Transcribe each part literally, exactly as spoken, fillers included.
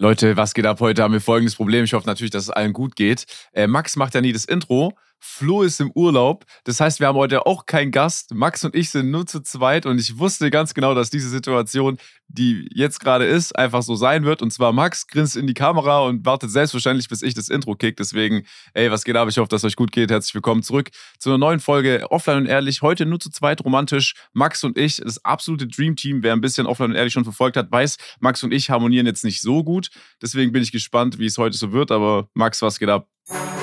Leute, was geht ab? Heute haben wir folgendes Problem. Ich hoffe natürlich, dass es allen gut geht. Äh, Max macht ja nie das Intro. Flo ist im Urlaub. Das heißt, wir haben heute auch keinen Gast. Max und ich sind nur zu zweit und ich wusste ganz genau, dass diese Situation, die jetzt gerade ist, einfach so sein wird. Und zwar Max grinst in die Kamera und wartet selbstverständlich, bis ich das Intro kick. Deswegen, ey, was geht ab? Ich hoffe, dass es euch gut geht. Herzlich willkommen zurück zu einer neuen Folge Offline und Ehrlich. Heute nur zu zweit romantisch. Max und ich, das absolute Dreamteam. Wer ein bisschen Offline und Ehrlich schon verfolgt hat, weiß, Max und ich harmonieren jetzt nicht so gut. Deswegen bin ich gespannt, wie es heute so wird. Aber Max, was geht ab?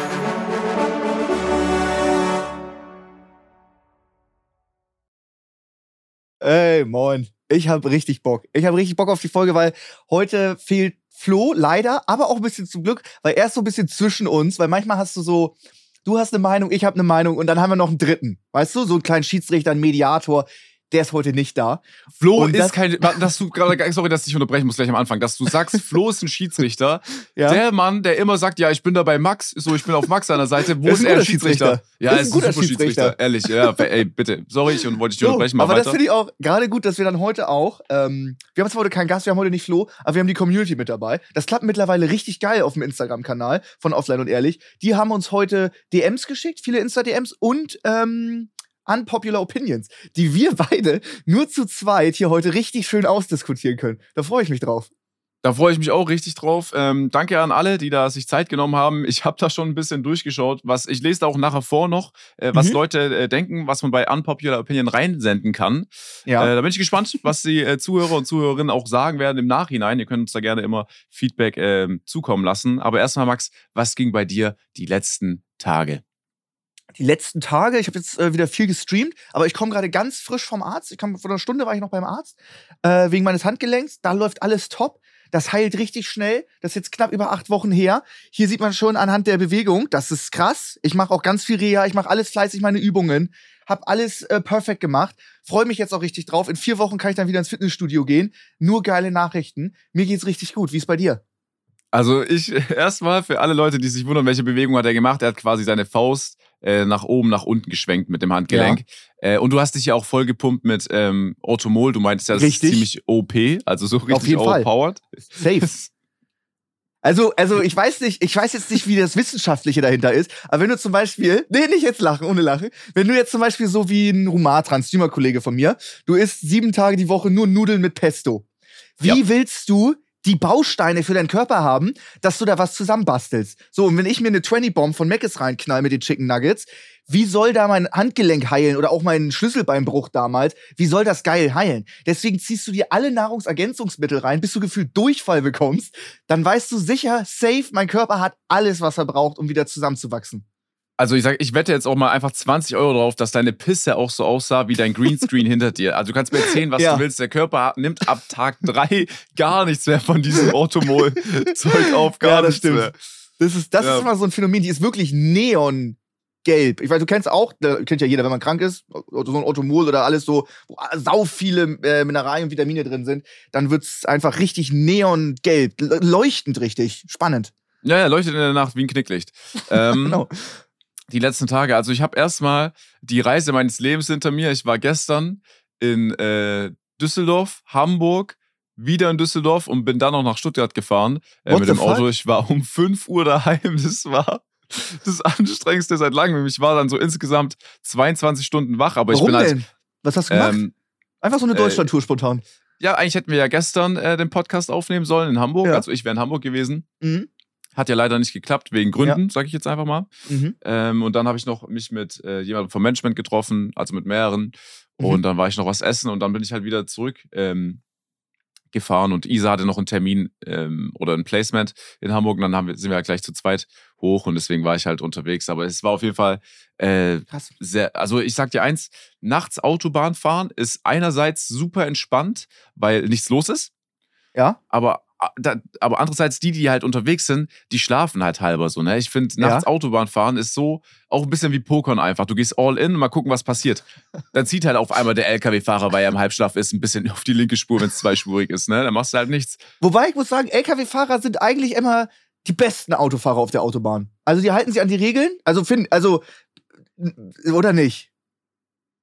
Ey, moin. Ich habe richtig Bock. Ich habe richtig Bock auf die Folge, weil heute fehlt Flo leider, aber auch ein bisschen zum Glück, weil er ist so ein bisschen zwischen uns, weil manchmal hast du so, du hast eine Meinung, ich habe eine Meinung und dann haben wir noch einen Dritten. Weißt du, so einen kleinen Schiedsrichter, einen Mediator. Der ist heute nicht da. Flo und ist kein, dass du gerade, sorry, dass ich dich unterbrechen muss gleich am Anfang, dass du sagst, Flo ist ein Schiedsrichter. Ja? Der Mann, der immer sagt, ja, ich bin da bei Max, so, ich bin auf Max seiner Seite. Wo ist ist ein er guter Schiedsrichter? Schiedsrichter. Ja, er ist ist ein ein guter super Schiedsrichter. Schiedsrichter. Ehrlich, ja, ey, bitte, sorry, ich wollte dich So, unterbrechen, mal aber weiter. das finde ich auch gerade gut, dass wir dann heute auch, ähm, wir haben zwar heute keinen Gast, wir haben heute nicht Flo, aber wir haben die Community mit dabei. Das klappt mittlerweile richtig geil auf dem Instagram-Kanal von Offline und Ehrlich. Die haben uns heute D Ms geschickt, viele Insta-D Ms und, ähm, Unpopular Opinions, die wir beide nur zu zweit hier heute richtig schön ausdiskutieren können. Da freue ich mich drauf. Da freue ich mich auch richtig drauf. Ähm, danke an alle, die da sich Zeit genommen haben. Ich habe da schon ein bisschen durchgeschaut. Was, ich lese da auch nachher vor noch, äh, was Mhm. Leute äh, denken, was man bei Unpopular Opinion reinsenden kann. Ja. Äh, da bin ich gespannt, was die äh, Zuhörer und Zuhörerinnen auch sagen werden im Nachhinein. Ihr könnt uns da gerne immer Feedback äh, zukommen lassen. Aber erstmal, Max, was ging bei dir die letzten Tage? Die letzten Tage, ich habe jetzt äh, wieder viel gestreamt, aber ich komme gerade ganz frisch vom Arzt. Ich kam, vor einer Stunde war ich noch beim Arzt, äh, wegen meines Handgelenks. Da läuft alles top. Das heilt richtig schnell. Das ist jetzt knapp über acht Wochen her. Hier sieht man schon anhand der Bewegung, das ist krass. Ich mache auch ganz viel Reha, ich mache alles fleißig, meine Übungen. Hab alles äh, perfekt gemacht. Freue mich jetzt auch richtig drauf. In vier Wochen kann ich dann wieder ins Fitnessstudio gehen. Nur geile Nachrichten. Mir geht's richtig gut. Wie ist bei dir? Also ich, erstmal für alle Leute, die sich wundern, welche Bewegung hat er gemacht, er hat quasi seine Faust äh, nach oben, nach unten geschwenkt mit dem Handgelenk. Ja. Äh, und du hast dich ja auch voll gepumpt mit ähm, Orthomol. Du meintest ja, das Richtig. ist ziemlich O P, also so richtig Auf jeden Fall. overpowered. Safe. Also, also ich weiß nicht, ich weiß jetzt nicht, wie das Wissenschaftliche dahinter ist, aber wenn du zum Beispiel, nee, nicht jetzt lachen, ohne Lachen, wenn du jetzt zum Beispiel so wie ein Rumatran, Streamer-Kollege von mir, du isst sieben Tage die Woche nur Nudeln mit Pesto. Wie Ja. willst du die Bausteine für deinen Körper haben, dass du da was zusammenbastelst? So, und wenn ich mir eine zwanzig-Bomb von Mc's reinknall mit den Chicken Nuggets, wie soll da mein Handgelenk heilen oder auch mein Schlüsselbeinbruch damals, wie soll das geil heilen? Deswegen ziehst du dir alle Nahrungsergänzungsmittel rein, bis du gefühlt Durchfall bekommst, dann weißt du sicher, safe, mein Körper hat alles, was er braucht, um wieder zusammenzuwachsen. Also ich sag, ich wette jetzt auch mal einfach zwanzig Euro drauf, dass deine Pisse auch so aussah wie dein Greenscreen hinter dir. Also du kannst mir erzählen, was Ja. du willst. Der Körper nimmt ab Tag drei gar nichts mehr von diesem Orthomol-Zeug auf. Gar Ja, das nichts stimmt. mehr. Das ist, das Ja. ist immer so ein Phänomen, die ist wirklich neongelb. Ich weiß, du kennst auch, da kennt ja jeder, wenn man krank ist, so ein Orthomol oder alles so, wo sau viele äh, Mineralien und Vitamine drin sind, dann wird's einfach richtig neongelb, l- leuchtend richtig, spannend. Ja, ja, leuchtet in der Nacht wie ein Knicklicht. Ähm, Genau. Die letzten Tage, also ich habe erstmal die Reise meines Lebens hinter mir. Ich war gestern in äh, Düsseldorf, Hamburg, wieder in Düsseldorf und bin dann noch nach Stuttgart gefahren äh, What mit the dem Auto. fuck? Ich war um fünf Uhr daheim. Das war das Anstrengendste seit langem. Ich war dann so insgesamt zweiundzwanzig Stunden wach, aber Warum ich bin halt. denn? Was hast du gemacht? Ähm, Einfach so eine äh, Deutschlandtour spontan. ja, eigentlich hätten wir ja gestern äh, den Podcast aufnehmen sollen in Hamburg. Ja. Also ich wäre in Hamburg gewesen. Mhm. Hat ja leider nicht geklappt, wegen Gründen, sage ich jetzt einfach mal. Mhm. Ähm, und dann habe ich noch mich mit äh, jemandem vom Management getroffen, also mit mehreren. Mhm. Und dann war ich noch was essen und dann bin ich halt wieder zurück ähm, gefahren. Und Isa hatte noch einen Termin ähm, oder ein Placement in Hamburg. Und dann haben wir, sind wir halt gleich zu zweit hoch und deswegen war ich halt unterwegs. Aber es war auf jeden Fall äh, Krass. sehr, also ich sag dir eins, nachts Autobahn fahren ist einerseits super entspannt, weil nichts los ist. Ja? Aber, da, aber andererseits, die, die halt unterwegs sind, die schlafen halt halber so, ne? Ich finde, nachts Ja. Autobahn fahren ist so auch ein bisschen wie Pokern einfach. Du gehst all in und mal gucken, was passiert. Dann zieht halt auf einmal der L K W-Fahrer, weil er im Halbschlaf ist, ein bisschen auf die linke Spur, wenn es zweispurig ist, ne? Dann machst du halt nichts. Wobei, ich muss sagen, L K W-Fahrer sind eigentlich immer die besten Autofahrer auf der Autobahn. Also die halten sich an die Regeln, also finden, also, oder nicht?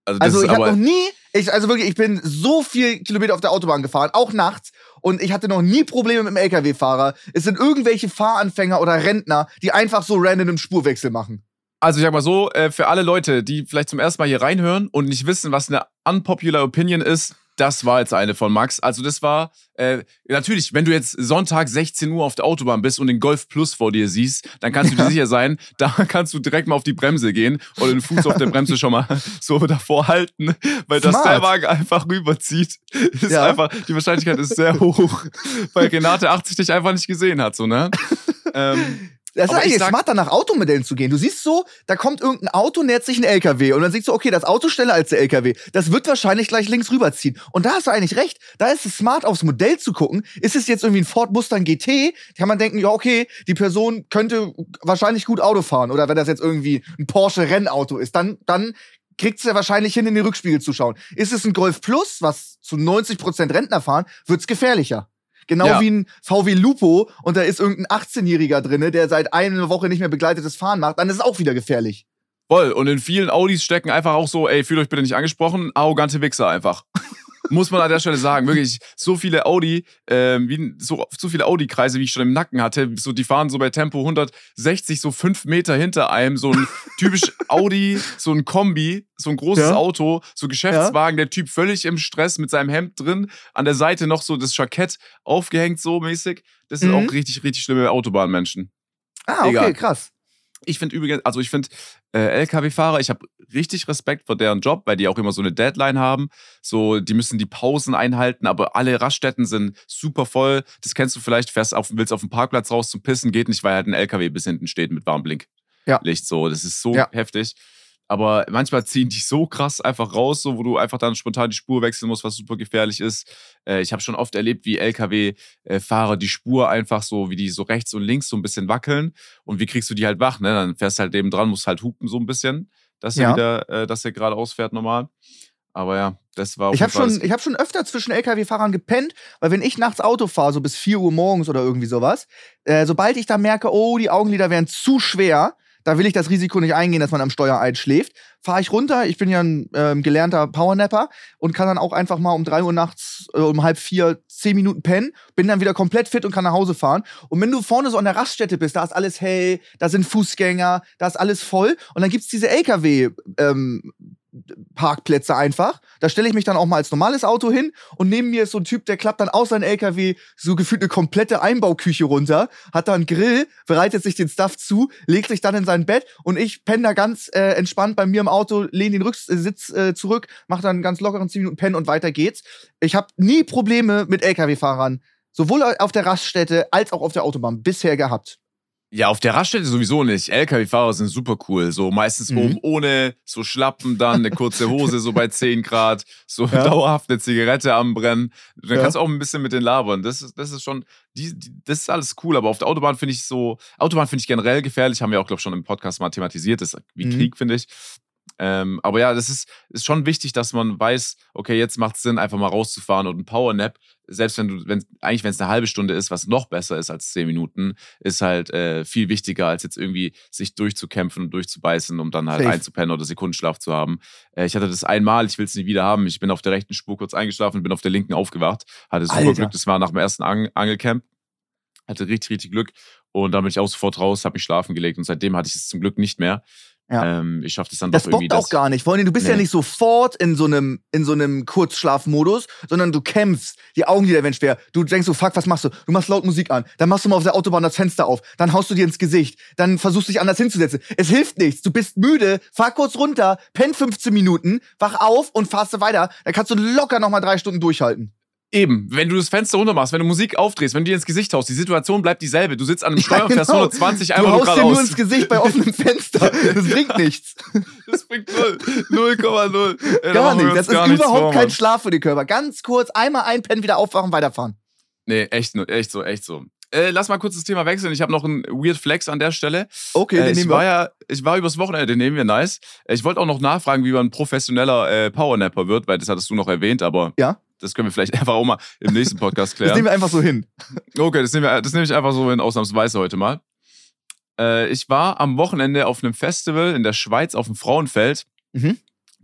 Also, das Also ist ich habe aber, noch nie, ich, also wirklich, ich bin so viel Kilometer auf der Autobahn gefahren, auch nachts. Und ich hatte noch nie Probleme mit dem L K W-Fahrer. Es sind irgendwelche Fahranfänger oder Rentner, die einfach so random einen Spurwechsel machen. also ich sag mal so, äh, für alle Leute, die vielleicht zum ersten Mal hier reinhören und nicht wissen, was eine unpopular Opinion ist, das war jetzt eine von Max. Also das war, äh, natürlich, wenn du jetzt Sonntag sechzehn Uhr auf der Autobahn bist und den Golf Plus vor dir siehst, dann kannst du dir sicher sein, da kannst du direkt mal auf die Bremse gehen oder den Fuß auf der Bremse schon mal so davor halten, weil das Smart. der Wagen einfach rüberzieht. Ist Ja. einfach, die Wahrscheinlichkeit ist sehr hoch, weil Renate achtzig dich einfach nicht gesehen hat, so, ne? ähm, Das ist Aber ich eigentlich sag- smart, dann nach Automodellen zu gehen. Du siehst so, da kommt irgendein Auto, nähert sich ein L K W und dann siehst du, okay, das Auto schneller als der L K W. Das wird wahrscheinlich gleich links rüberziehen. Und da hast du eigentlich recht. Da ist es smart, aufs Modell zu gucken. Ist es jetzt irgendwie ein Ford Mustang G T? Kann man denken, ja, okay, die Person könnte wahrscheinlich gut Auto fahren. Oder wenn das jetzt irgendwie ein Porsche Rennauto ist, dann, dann kriegt es ja wahrscheinlich hin, in den Rückspiegel zu schauen. Ist es ein Golf Plus, was zu neunzig Prozent Rentner fahren, wird's gefährlicher. Genau Ja. wie ein V W Lupo und da ist irgendein achtzehnjähriger drinne, der seit einer Woche nicht mehr begleitetes Fahren macht, dann ist es auch wieder gefährlich. Voll. Und in vielen Audis stecken einfach auch so, ey, fühlt euch bitte nicht angesprochen, arrogante Wichser einfach. Muss man an der Stelle sagen. Wirklich, so viele Audi, ähm, wie, so, so viele Audi-Kreise, wie ich schon im Nacken hatte, so, die fahren so bei Tempo hundertsechzig, so fünf Meter hinter einem, so ein typisch Audi, so ein Kombi, so ein großes Ja. Auto, so Geschäftswagen, der Typ völlig im Stress mit seinem Hemd drin, an der Seite noch so das Jackett aufgehängt, so mäßig. Das sind Mhm. auch richtig, richtig schlimme Autobahnmenschen. Ah, okay, Egal. krass. Ich finde übrigens, also ich finde äh, L K W-Fahrer, ich habe richtig Respekt vor deren Job, weil die auch immer so eine Deadline haben. So, die müssen die Pausen einhalten, aber alle Raststätten sind super voll. Das kennst du vielleicht, fährst auf, willst auf den Parkplatz raus zum Pissen, geht nicht, weil halt ein L K W bis hinten steht mit Warnblinklicht. Ja. So, das ist so Ja. heftig. Aber manchmal ziehen die so krass einfach raus, so, wo du einfach dann spontan die Spur wechseln musst, was super gefährlich ist. Äh, ich habe schon oft erlebt, wie L K W-Fahrer die Spur einfach so, wie die so rechts und links so ein bisschen wackeln. Und wie kriegst du die halt wach, ne? Dann fährst du halt neben dran, musst halt hupen so ein bisschen, dass er Ja. wieder, äh, dass er geradeaus fährt normal. Aber ja, das war auf Ich habe jeden Fall schon, ich hab schon öfter zwischen L K W-Fahrern gepennt, weil wenn ich nachts Auto fahre, so bis vier Uhr morgens oder irgendwie sowas, äh, sobald ich da merke, oh, die Augenlider wären zu schwer, da will ich das Risiko nicht eingehen, dass man am Steuer einschläft, fahre ich runter. Ich bin ja ein ähm, gelernter Powernapper und kann dann auch einfach mal um drei Uhr nachts, äh, um halb vier, zehn Minuten pennen, bin dann wieder komplett fit und kann nach Hause fahren. Und wenn du vorne so an der Raststätte bist, da ist alles hell, da sind Fußgänger, da ist alles voll und dann gibt's diese L K W, ähm, Parkplätze einfach. Da stelle ich mich dann auch mal als normales Auto hin und neben mir ist so ein Typ, der klappt dann aus seinem L K W so gefühlt eine komplette Einbauküche runter, hat da einen Grill, bereitet sich den Stuff zu, legt sich dann in sein Bett und ich penne da ganz äh, entspannt bei mir im Auto, lehne den Rücksitz äh, zurück, mache dann ganz lockeren zehn Minuten pennen und weiter geht's. Ich habe nie Probleme mit L K W-Fahrern, sowohl auf der Raststätte als auch auf der Autobahn bisher gehabt. Ja, auf der Raststätte sowieso nicht. L K W-Fahrer sind super cool. So meistens Mhm. oben ohne, so Schlappen dann, eine kurze Hose, so bei zehn Grad, so Ja. dauerhaft eine Zigarette am Brennen. Dann Ja. kannst du auch ein bisschen mit denen labern. Das ist, das ist schon, die, die, das ist alles cool. Aber auf der Autobahn finde ich so, Autobahn finde ich generell gefährlich. Haben wir auch, glaube ich, schon im Podcast mal thematisiert. Das ist wie Mhm. Krieg, finde ich. Ähm, aber ja, das ist, ist schon wichtig, dass man weiß, okay, jetzt macht es Sinn, einfach mal rauszufahren und ein Powernap, selbst wenn du, wenn, eigentlich wenn es eine halbe Stunde ist, was noch besser ist als zehn Minuten, ist halt äh, viel wichtiger, als jetzt irgendwie sich durchzukämpfen und durchzubeißen, um dann halt Safe. einzupennen oder Sekundenschlaf zu haben. Äh, ich hatte das einmal, ich will es nie wieder haben. Ich bin auf der rechten Spur kurz eingeschlafen und bin auf der linken aufgewacht. Hatte super Alter. Glück, das war nach dem ersten Ang Angelcamp. Hatte richtig, richtig Glück. Und dann bin ich auch sofort raus, habe mich schlafen gelegt und seitdem hatte ich es zum Glück nicht mehr. Ja. Ähm, ich schaffe das dann Das doch irgendwie. bockt auch gar nicht. Vor allem, du bist ja Nee. nicht sofort in so einem in so einem Kurzschlafmodus, sondern du kämpfst. Die Augenlider werden schwer. Du denkst so, fuck, was machst du? Du machst laut Musik an. Dann machst du mal auf der Autobahn das Fenster auf. Dann haust du dir ins Gesicht. Dann versuchst du dich anders hinzusetzen. Es hilft nichts. Du bist müde. Fahr kurz runter. Penn fünfzehn Minuten. Wach auf und fahrst du weiter. Dann kannst du locker noch mal drei Stunden durchhalten. Eben, wenn du das Fenster runter machst, wenn du Musik aufdrehst, wenn du dir ins Gesicht haust, die Situation bleibt dieselbe. Du sitzt an einem Steuer und fährst genau. hundertzwanzig Du einfach nur haust dir nur geradeaus. ins Gesicht bei offenem Fenster. Das bringt nichts. Das bringt null. null Komma null. Ey, da Gar machen wir nicht. uns Das gar ist nichts überhaupt vor, kein Mann. Schlaf für den Körper. Ganz kurz, einmal einpennen, wieder aufwachen, weiterfahren. Nee, echt, nur- echt so, echt so. Äh, lass mal kurz das Thema wechseln. Ich habe noch einen Weird Flex an der Stelle. Okay, Äh, den ich nehmen war wir. ja, ich war übers Wochenende, den nehmen wir nice. Äh, Ich wollte auch noch nachfragen, wie man ein professioneller äh, Powernapper wird, weil das hattest du noch erwähnt, aber Ja. das können wir vielleicht einfach auch mal im nächsten Podcast Das klären. nehmen wir einfach so hin. Okay, das nehme, das nehme ich einfach so in ausnahmsweise heute mal. Äh, ich war am Wochenende auf einem Festival in der Schweiz auf dem Frauenfeld. Mhm.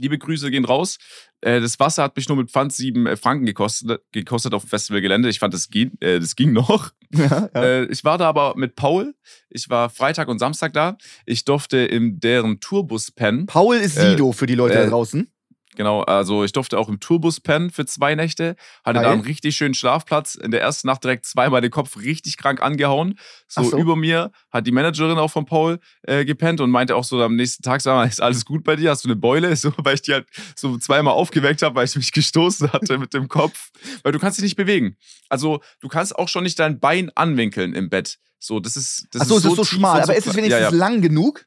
liebe Grüße gehen raus. Äh, das Wasser hat mich nur mit Pfand sieben äh, Franken gekostet, gekostet auf dem Festivalgelände. Ich fand, das ging, äh, das ging noch. Ja, ja. Äh, ich war da aber mit Paul. Ich war Freitag und Samstag da. Ich durfte in deren Tourbus pennen. Paul ist Äh, Sido für die Leute äh, da draußen. Genau, also ich durfte auch im Tourbus pennen für zwei Nächte. Hatte Geil. da einen richtig schönen Schlafplatz. In der ersten Nacht direkt zweimal den Kopf richtig krank angehauen. So, Ach so. über mir hat die Managerin auch von Paul äh, gepennt und meinte auch so am nächsten Tag, sag mal, ist alles gut bei dir? Hast du eine Beule? So, weil ich die halt so zweimal aufgeweckt habe, weil ich mich gestoßen hatte mit dem Kopf. Weil du kannst dich nicht bewegen. Also du kannst auch schon nicht dein Bein anwinkeln im Bett. So, das ist, das Achso, ist es ist so tief schmal, und aber so ist es kle- wenigstens ja, ja. lang genug?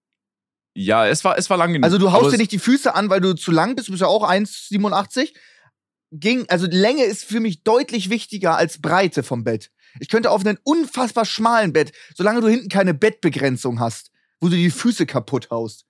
ja, es war, es war lang genug. Also du Aber haust dir es- nicht die Füße an, weil du zu lang bist, du bist ja auch eins Komma siebenundachtzig. Ging, also Länge ist für mich deutlich wichtiger als Breite vom Bett. Ich könnte auf einem unfassbar schmalen Bett, solange du hinten keine Bettbegrenzung hast, wo du die Füße kaputt haust.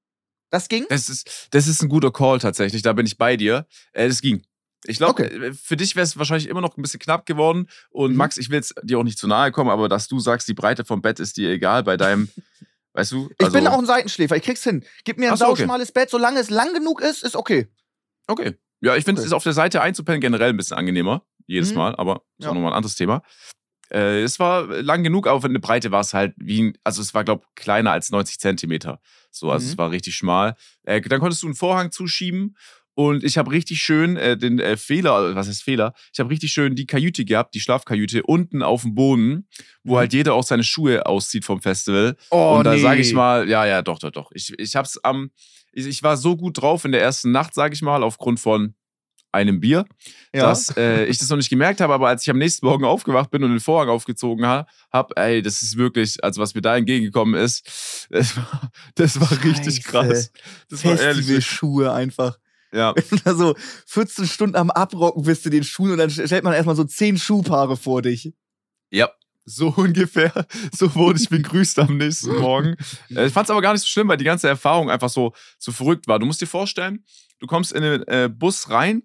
Das ging? Das ist, das ist ein guter Call tatsächlich, da bin ich bei dir. Äh, das ging. Ich glaube, Okay. für dich wäre es wahrscheinlich immer noch ein bisschen knapp geworden. Und Mhm. Max, ich will jetzt dir auch nicht zu nahe kommen, aber dass du sagst, die Breite vom Bett ist dir egal bei deinem, weißt du? Ich Also, bin auch ein Seitenschläfer, ich krieg's hin. Gib mir ein Ach so, okay. sauschmales Bett, solange es lang genug ist, ist okay. okay. Ja, ich finde, es Okay. ist auf der Seite einzupennen generell ein bisschen angenehmer. Jedes Mhm. Mal, aber ist Ja. auch nochmal ein anderes Thema. Äh, es war lang genug, aber für eine Breite war es halt wie ein, also es war, glaube ich, kleiner als neunzig Zentimeter. So, also Mhm. es war richtig schmal. Äh, dann konntest du einen Vorhang zuschieben und ich habe richtig schön äh, den äh, Fehler, was heißt Fehler? Ich habe richtig schön die Kajüte gehabt, die Schlafkajüte, unten auf dem Boden, wo Mhm. halt jeder auch seine Schuhe auszieht vom Festival. Oh, und da nee. sage ich mal, ja, ja, doch, doch, doch. Ich, ich hab's am, ich, ich war so gut drauf in der ersten Nacht, sage ich mal, aufgrund von einem Bier, Ja. dass äh, ich das noch nicht gemerkt habe, aber als ich am nächsten Morgen aufgewacht bin und den Vorhang aufgezogen habe, hab, ey, das ist wirklich, also was mir da entgegengekommen ist, das war, das war richtig Scheiße. krass. Das war ehrlich. Festivalschuhe einfach. Ja, Wenn du da so vierzehn Stunden am Abrocken bist in den Schuhen und dann stellt man erstmal so zehn Schuhpaare vor dich. ja. So ungefähr, so wurde ich begrüßt am nächsten Morgen. Äh, Ich fand es aber gar nicht so schlimm, weil die ganze Erfahrung einfach so, so verrückt war. Du musst dir vorstellen, du kommst in den äh, Bus rein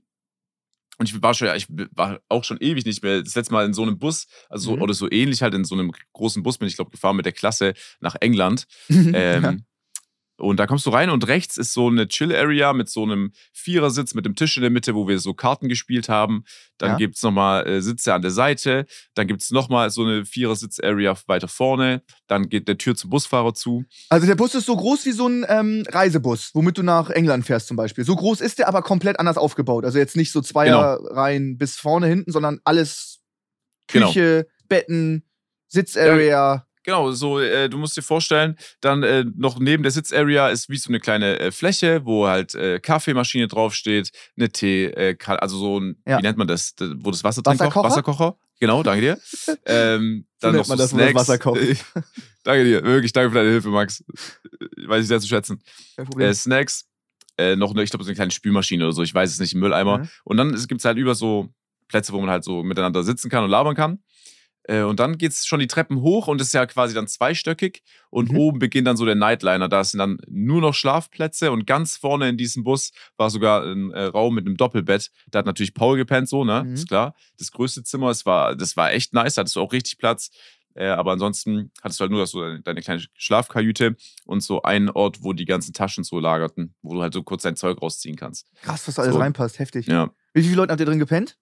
und ich war schon, ja, ich war auch schon ewig nicht mehr das letzte Mal in so einem Bus, also so, Mhm. oder so ähnlich halt in so einem großen Bus bin ich, glaube gefahren mit der Klasse nach England. Ähm, Ja. Und da kommst du rein und rechts ist so eine Chill-Area mit so einem Vierersitz mit dem Tisch in der Mitte, wo wir so Karten gespielt haben. Dann Ja. gibt es nochmal äh, Sitze an der Seite. Dann gibt es nochmal so eine Vierersitz-Area weiter vorne. Dann geht der Tür zum Busfahrer zu. Also der Bus ist so groß wie so ein ähm, Reisebus, womit du nach England fährst zum Beispiel. So groß ist der, aber komplett anders aufgebaut. Also jetzt nicht so Zweierreihen bis vorne, hinten, sondern alles Genau. Küche, Betten, Sitzarea. Genau, so, äh, du musst dir vorstellen, dann äh, noch neben der Sitzarea ist wie so eine kleine äh, Fläche, wo halt äh, Kaffeemaschine draufsteht, eine Tee, äh, Ka- also so ein, Ja. wie nennt man das, d- wo das Wasser drin kocht? Wasserkocher? Wasserkocher. Genau, danke dir. ähm, So dann nennt noch so man das, wo das Snacks. Wasser kocht. danke dir, wirklich, danke für deine Hilfe, Max. Äh, Weiß ich sehr zu schätzen. Kein Problem. Äh, Snacks, äh, noch, eine, ich glaube, so eine kleine Spülmaschine oder so, ich weiß es nicht, ein Mülleimer. Mhm. Und dann gibt es halt über so Plätze, wo man halt so miteinander sitzen kann und labern kann. Äh, Und dann geht's schon die Treppen hoch und es ist ja quasi dann zweistöckig. Und Mhm. oben beginnt dann so der Nightliner. Da sind dann nur noch Schlafplätze und ganz vorne in diesem Bus war sogar ein äh, Raum mit einem Doppelbett. Da hat natürlich Paul gepennt, so, ne? Mhm. Ist klar. Das größte Zimmer, es war, das war echt nice, da hattest du auch richtig Platz. Äh, aber ansonsten hattest du halt nur so deine, deine kleine Schlafkajüte und so einen Ort, wo die ganzen Taschen so lagerten, wo du halt so kurz dein Zeug rausziehen kannst. Krass, was da alles so. reinpasst. Heftig. Ja. Wie viele Leute habt ihr drin gepennt?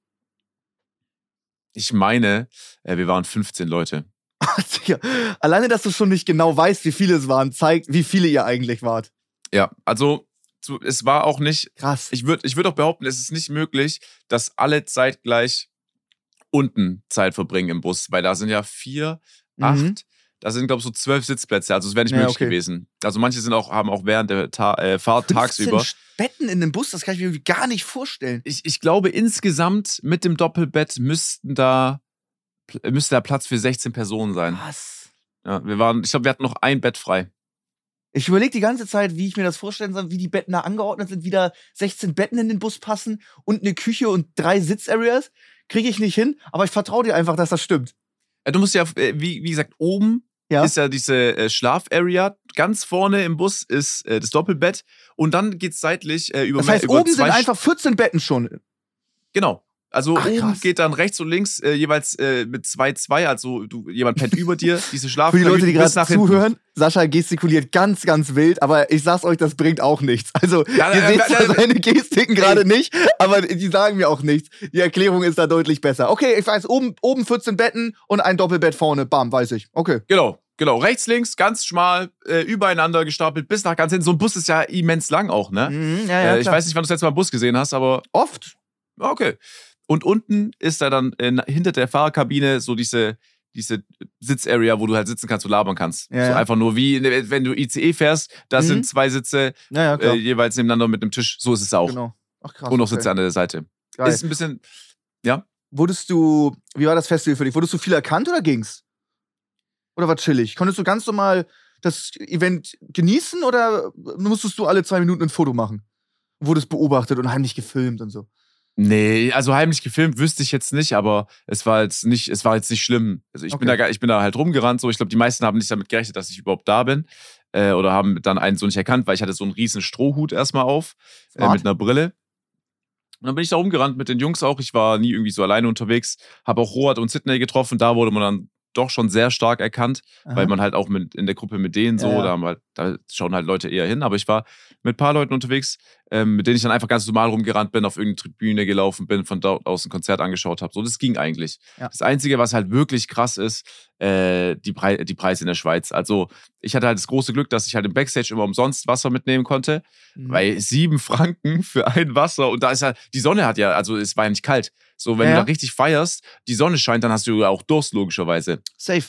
Ich meine, äh, wir waren fünfzehn Leute. Digga, alleine, dass du schon nicht genau weißt, wie viele es waren, zeigt, wie viele ihr eigentlich wart. Ja, also zu, es war auch nicht. Krass. Ich würde ich würd auch behaupten, es ist nicht möglich, dass alle zeitgleich unten Zeit verbringen im Bus, weil da sind ja vier, acht, Mhm. da sind, glaube ich, so zwölf Sitzplätze. Also es wäre nicht Ja, möglich okay. gewesen. Also manche sind auch, haben auch während der Ta äh, Fahrt tagsüber. fünfzehn Betten in einem Bus, das kann ich mir irgendwie gar nicht vorstellen. Ich, ich glaube, insgesamt mit dem Doppelbett müssten da, müsste da Platz für sechzehn Personen sein. Was? Ja, wir waren, ich glaube, wir hatten noch ein Bett frei. Ich überlege die ganze Zeit, wie ich mir das vorstellen soll, wie die Betten da angeordnet sind, wie da sechzehn Betten in den Bus passen und eine Küche und drei Sitzareas. Kriege ich nicht hin, aber ich vertraue dir einfach, dass das stimmt. Ja, du musst ja, äh, wie, wie gesagt, oben Ja. ist ja diese äh, Schlafarea. Ganz vorne im Bus ist äh, das Doppelbett. Und dann geht's seitlich äh, über Das mehr- heißt, über oben sind zwei Sch- einfach vierzehn Betten schon. Genau. Also Ach, oben krass. geht dann rechts und links äh, jeweils äh, mit zwei zwei, also du, jemand pennt über dir, diese Für Schlafen. die Leute, die bis gerade nach hinten. zuhören, Sascha gestikuliert ganz, ganz wild, aber ich sag's euch, das bringt auch nichts. Also, Ja, ihr äh, seht äh, zwar äh, seine Gestiken gerade nicht, aber die sagen mir auch nichts. Die Erklärung ist da deutlich besser. Okay, ich weiß, oben, oben vierzehn Betten und ein Doppelbett vorne, bam, weiß ich. Okay. Genau, genau. Rechts, links, ganz schmal, äh, übereinander gestapelt, bis nach ganz hinten. So ein Bus ist ja immens lang auch, ne? Mhm, ja, ja, äh, ich klar. weiß nicht, wann du das letzte Mal einen Bus gesehen hast, aber Oft. okay. Und unten ist da dann äh, hinter der Fahrerkabine so diese, diese Sitzarea, wo du halt sitzen kannst und labern kannst. Ja, so ja. einfach nur wie, wenn du I C E fährst, da Mhm. sind zwei Sitze Ja, ja, klar. äh, jeweils nebeneinander mit einem Tisch. So ist es auch. Genau. Ach, krass. Und noch okay. Sitze an der Seite. Geil. Ist ein bisschen, ja. Wurdest du, wie war das Festival für dich? Wurdest du viel erkannt oder ging's? Oder war chillig? Konntest du ganz normal das Event genießen oder musstest du alle zwei Minuten ein Foto machen? Wurdest beobachtet und heimlich gefilmt und so? Nee, also heimlich gefilmt wüsste ich jetzt nicht, aber es war jetzt nicht, es war jetzt nicht schlimm. Also ich, Okay. bin, da, gar- ich bin da halt rumgerannt. So. Ich glaube, die meisten haben nicht damit gerechnet, dass ich überhaupt da bin. Äh, oder haben dann einen so nicht erkannt, weil ich hatte so einen riesen Strohhut erstmal auf, äh, Smart. mit einer Brille. Und dann bin ich da rumgerannt mit den Jungs auch. Ich war nie irgendwie so alleine unterwegs. Habe auch Rohat und Sydney getroffen. Da wurde man dann doch schon sehr stark erkannt, Aha. weil man halt auch mit, in der Gruppe mit denen so, Ja, ja. Da, haben halt, da schauen halt Leute eher hin. Aber ich war mit ein paar Leuten unterwegs, ähm, mit denen ich dann einfach ganz normal rumgerannt bin, auf irgendeine Tribüne gelaufen bin, von dort aus ein Konzert angeschaut habe. So, das ging eigentlich. Ja. Das Einzige, was halt wirklich krass ist, äh, die, Pre die Preise in der Schweiz. Also ich hatte halt das große Glück, dass ich halt im Backstage immer umsonst Wasser mitnehmen konnte, Mhm. weil sieben Franken für ein Wasser und da ist halt, die Sonne hat ja, also es war ja nicht kalt. So, wenn Ja, du ja. da richtig feierst, die Sonne scheint, dann hast du ja auch Durst, logischerweise. Safe.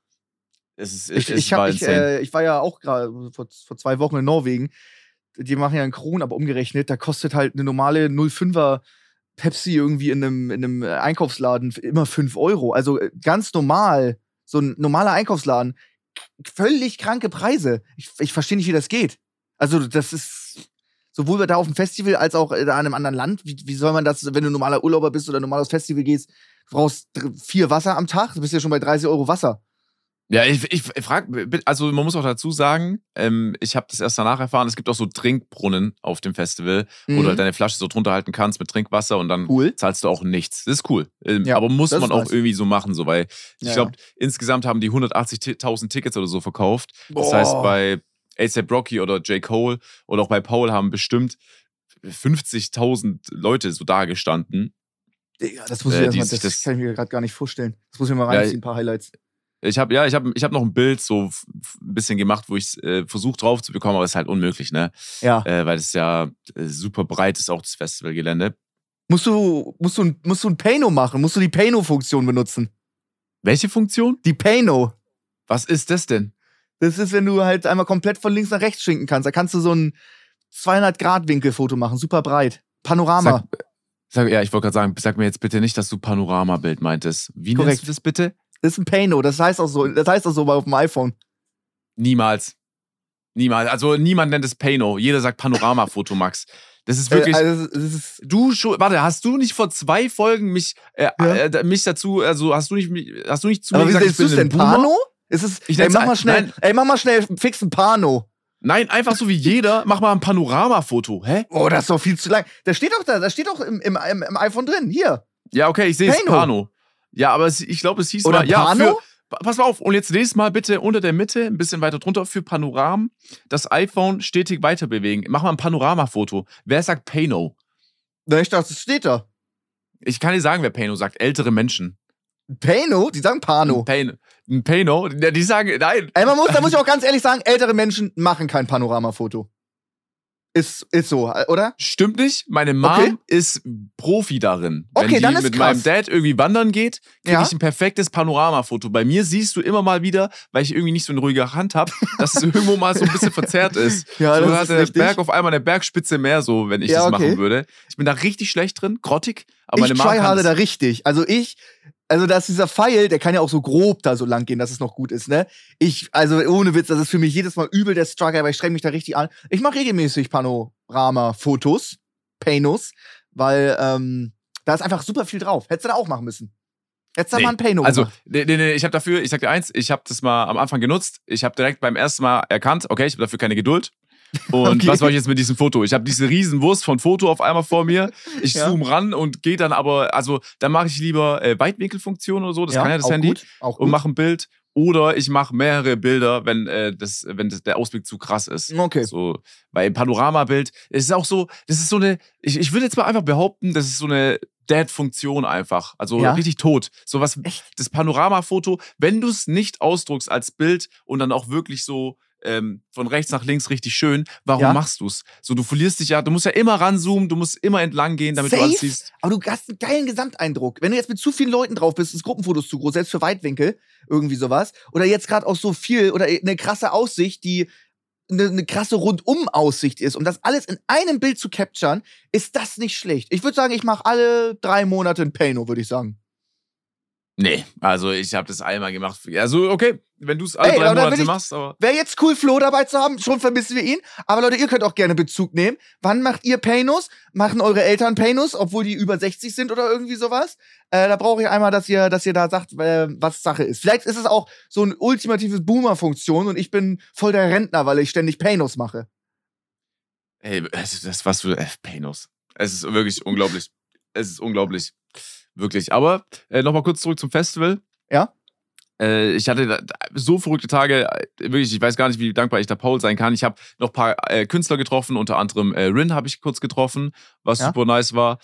Es ist, Ich, es ich, war hab, ich, insane. äh, ich war ja auch gerade vor, vor zwei Wochen in Norwegen. Die machen ja einen Kron, aber umgerechnet, da kostet halt eine normale null Komma fünfer Pepsi irgendwie in einem, in einem Einkaufsladen immer fünf Euro. Also äh, ganz normal, so ein normaler Einkaufsladen, völlig kranke Preise. Ich, ich verstehe nicht, wie das geht. Also das ist sowohl da auf dem Festival als auch in einem anderen Land. Wie, wie soll man das, wenn du normaler Urlauber bist oder normal aufs Festival gehst, du brauchst dr- vier Wasser am Tag, du bist ja schon bei dreißig Euro Wasser. Ja, ich, ich frage, also man muss auch dazu sagen, ähm, ich habe das erst danach erfahren, es gibt auch so Trinkbrunnen auf dem Festival, wo Mhm. du halt deine Flasche so drunter halten kannst mit Trinkwasser und dann Cool. zahlst du auch nichts. Das ist cool. Ähm, Ja, aber muss das man ist auch nice. irgendwie so machen, so, weil ich Ja, glaube, insgesamt haben die hundertachtzigtausend Tickets oder so verkauft. Das Boah. heißt, bei A$AP Rocky oder J. Cole oder auch bei Paul haben bestimmt fünfzigtausend Leute so da gestanden. Digga, das muss Äh, ich erst die mal, sich das, das- kann ich mir gerade gar nicht vorstellen. Das muss ich mir mal Ja, reinziehen, ein paar Highlights. Ich habe ja, ich habe ich hab noch ein Bild so f- f- ein bisschen gemacht, wo ich äh, versucht drauf zu bekommen, aber es ist halt unmöglich, ne? Ja. Äh, weil es ja äh, super breit ist, auch das Festivalgelände. Musst du, musst du, musst du ein Payno machen? Musst du die Payno-Funktion benutzen? Welche Funktion? Die Payno. Was ist das denn? Das ist, wenn du halt einmal komplett von links nach rechts schinken kannst. Da kannst du so ein zweihundert Grad Winkelfoto machen, super breit. Panorama. Sag, sag, ja, ich wollte gerade sagen, sag mir jetzt bitte nicht, dass du Panoramabild meintest. Wie Korrekt. nennst du das bitte? Das ist ein Payno, das heißt auch so, das heißt auch so auf dem iPhone. Niemals. Niemals. Also niemand nennt es Payno. Jeder sagt Panoramafoto, Max. Das ist wirklich. Äh, also, das ist, Du schon, warte, hast du nicht vor zwei Folgen mich, äh, Ja. äh, mich dazu, also hast du nicht, hast du nicht zu aber mir wie gesagt, nennst du es ein denn? Boomer? Pano? Ist es, Ich ey, nenn's mach ein- mal schnell, nein. ey, mach mal schnell fix ein Pano. Nein, einfach so wie jeder, mach mal ein Panoramafoto, hä? Oh, das ist doch viel zu lang. Da steht doch da, da steht doch im, im, im, im iPhone drin. Hier. Ja, okay, ich sehe es, Pano. Pano. Ja, aber es, ich glaube, es hieß Oder mal, ja, Pano? für, pa- pass mal auf, und jetzt lest mal bitte unter der Mitte, ein bisschen weiter drunter, für Panoram, das iPhone stetig weiter bewegen. Mach mal ein Panoramafoto. Wer sagt Pano? Na, ich dachte, es steht da. Ich kann dir sagen, wer Pano sagt. Ältere Menschen. Pano? Die sagen Pano. Pano. Ein Pano? Ja, die sagen, nein. Ey, man muss, da muss ich auch ganz ehrlich sagen, ältere Menschen machen kein Panoramafoto. Ist, ist so, oder? Stimmt nicht. Meine Mom Okay. ist Profi darin. Okay, Wenn die dann ist mit krass. meinem Dad irgendwie wandern geht, kriege Ja. ich ein perfektes Panoramafoto. Bei mir siehst du immer mal wieder, weil ich irgendwie nicht so eine ruhige Hand habe, dass es irgendwo mal so ein bisschen verzerrt ist. Ja, so das hat ist der richtig. Berg auf einmal eine Bergspitze mehr, so, wenn ich Ja, das okay. machen würde. Ich bin da richtig schlecht drin, grottig, aber Ich meine Mom kann tryharde das. da richtig. Also ich, also dass dieser Pfeil, der kann ja auch so grob da so lang gehen, dass es noch gut ist, ne? Ich, also ohne Witz, das ist für mich jedes Mal übel der Struggle, aber ich streng mich da richtig an. Ich mache regelmäßig Panorama-Fotos, Panos, weil ähm, da ist einfach super viel drauf. Hättest du da auch machen müssen. Hättest du da Nee, mal ein Pano Also, gemacht. nee, nee, nee, ich habe dafür, ich sag dir eins, ich habe das mal am Anfang genutzt. Ich habe direkt beim ersten Mal erkannt, okay, ich habe dafür keine Geduld. Und Okay. was mache ich jetzt mit diesem Foto? Ich habe diese riesen Wurst von Foto auf einmal vor mir. Ich Ja. zoome ran und gehe dann aber, also dann mache ich lieber äh, Weitwinkelfunktion oder so, das kann ja das auch Handy, gut, auch und gut. mache ein Bild. Oder ich mache mehrere Bilder, wenn, äh, das, wenn das, der Ausblick zu krass ist. Okay. So, weil im Panoramabild, es ist auch so, das ist so eine, ich, ich würde jetzt mal einfach behaupten, das ist so eine Dead-Funktion einfach. Also Ja. richtig tot. So was, Echt? das Panoramafoto, wenn du es nicht ausdruckst als Bild und dann auch wirklich so ähm, von rechts nach links richtig schön, warum Ja. machst du es? So, du verlierst dich ja, du musst ja immer ranzoomen, du musst immer entlang gehen, damit Safe, du alles siehst. aber du hast einen geilen Gesamteindruck. Wenn du jetzt mit zu vielen Leuten drauf bist, ist Gruppenfotos zu groß, selbst für Weitwinkel, irgendwie sowas. Oder jetzt gerade auch so viel, oder eine krasse Aussicht, die eine, eine krasse Rundum-Aussicht ist, um das alles in einem Bild zu capturen, ist das nicht schlecht. Ich würde sagen, ich mache alle drei Monate ein Pano, würde ich sagen. Nee, also ich habe das einmal gemacht. Also okay, wenn du es alle Ey, drei aber dann Monate will ich- machst, aber Wäre jetzt cool, Flo dabei zu haben. Schon vermissen wir ihn. Aber Leute, ihr könnt auch gerne Bezug nehmen. Wann macht ihr Panos? Machen eure Eltern Panos, obwohl die über sechzig sind oder irgendwie sowas? Äh, da brauche ich einmal, dass ihr, dass ihr da sagt, äh, was Sache ist. Vielleicht ist es auch so ein ultimatives Boomer-Funktion und ich bin voll der Rentner, weil ich ständig Panos mache. hey, das, das was für äh, Panos. Es ist wirklich unglaublich. Es ist unglaublich. Wirklich. Aber äh, nochmal kurz zurück zum Festival. Ja? Äh, ich hatte da, da, so verrückte Tage. äh, Wirklich, ich weiß gar nicht, wie dankbar ich da Paul sein kann. Ich habe noch ein paar äh, Künstler getroffen, unter anderem äh, Rin habe ich kurz getroffen, was Ja? super nice war.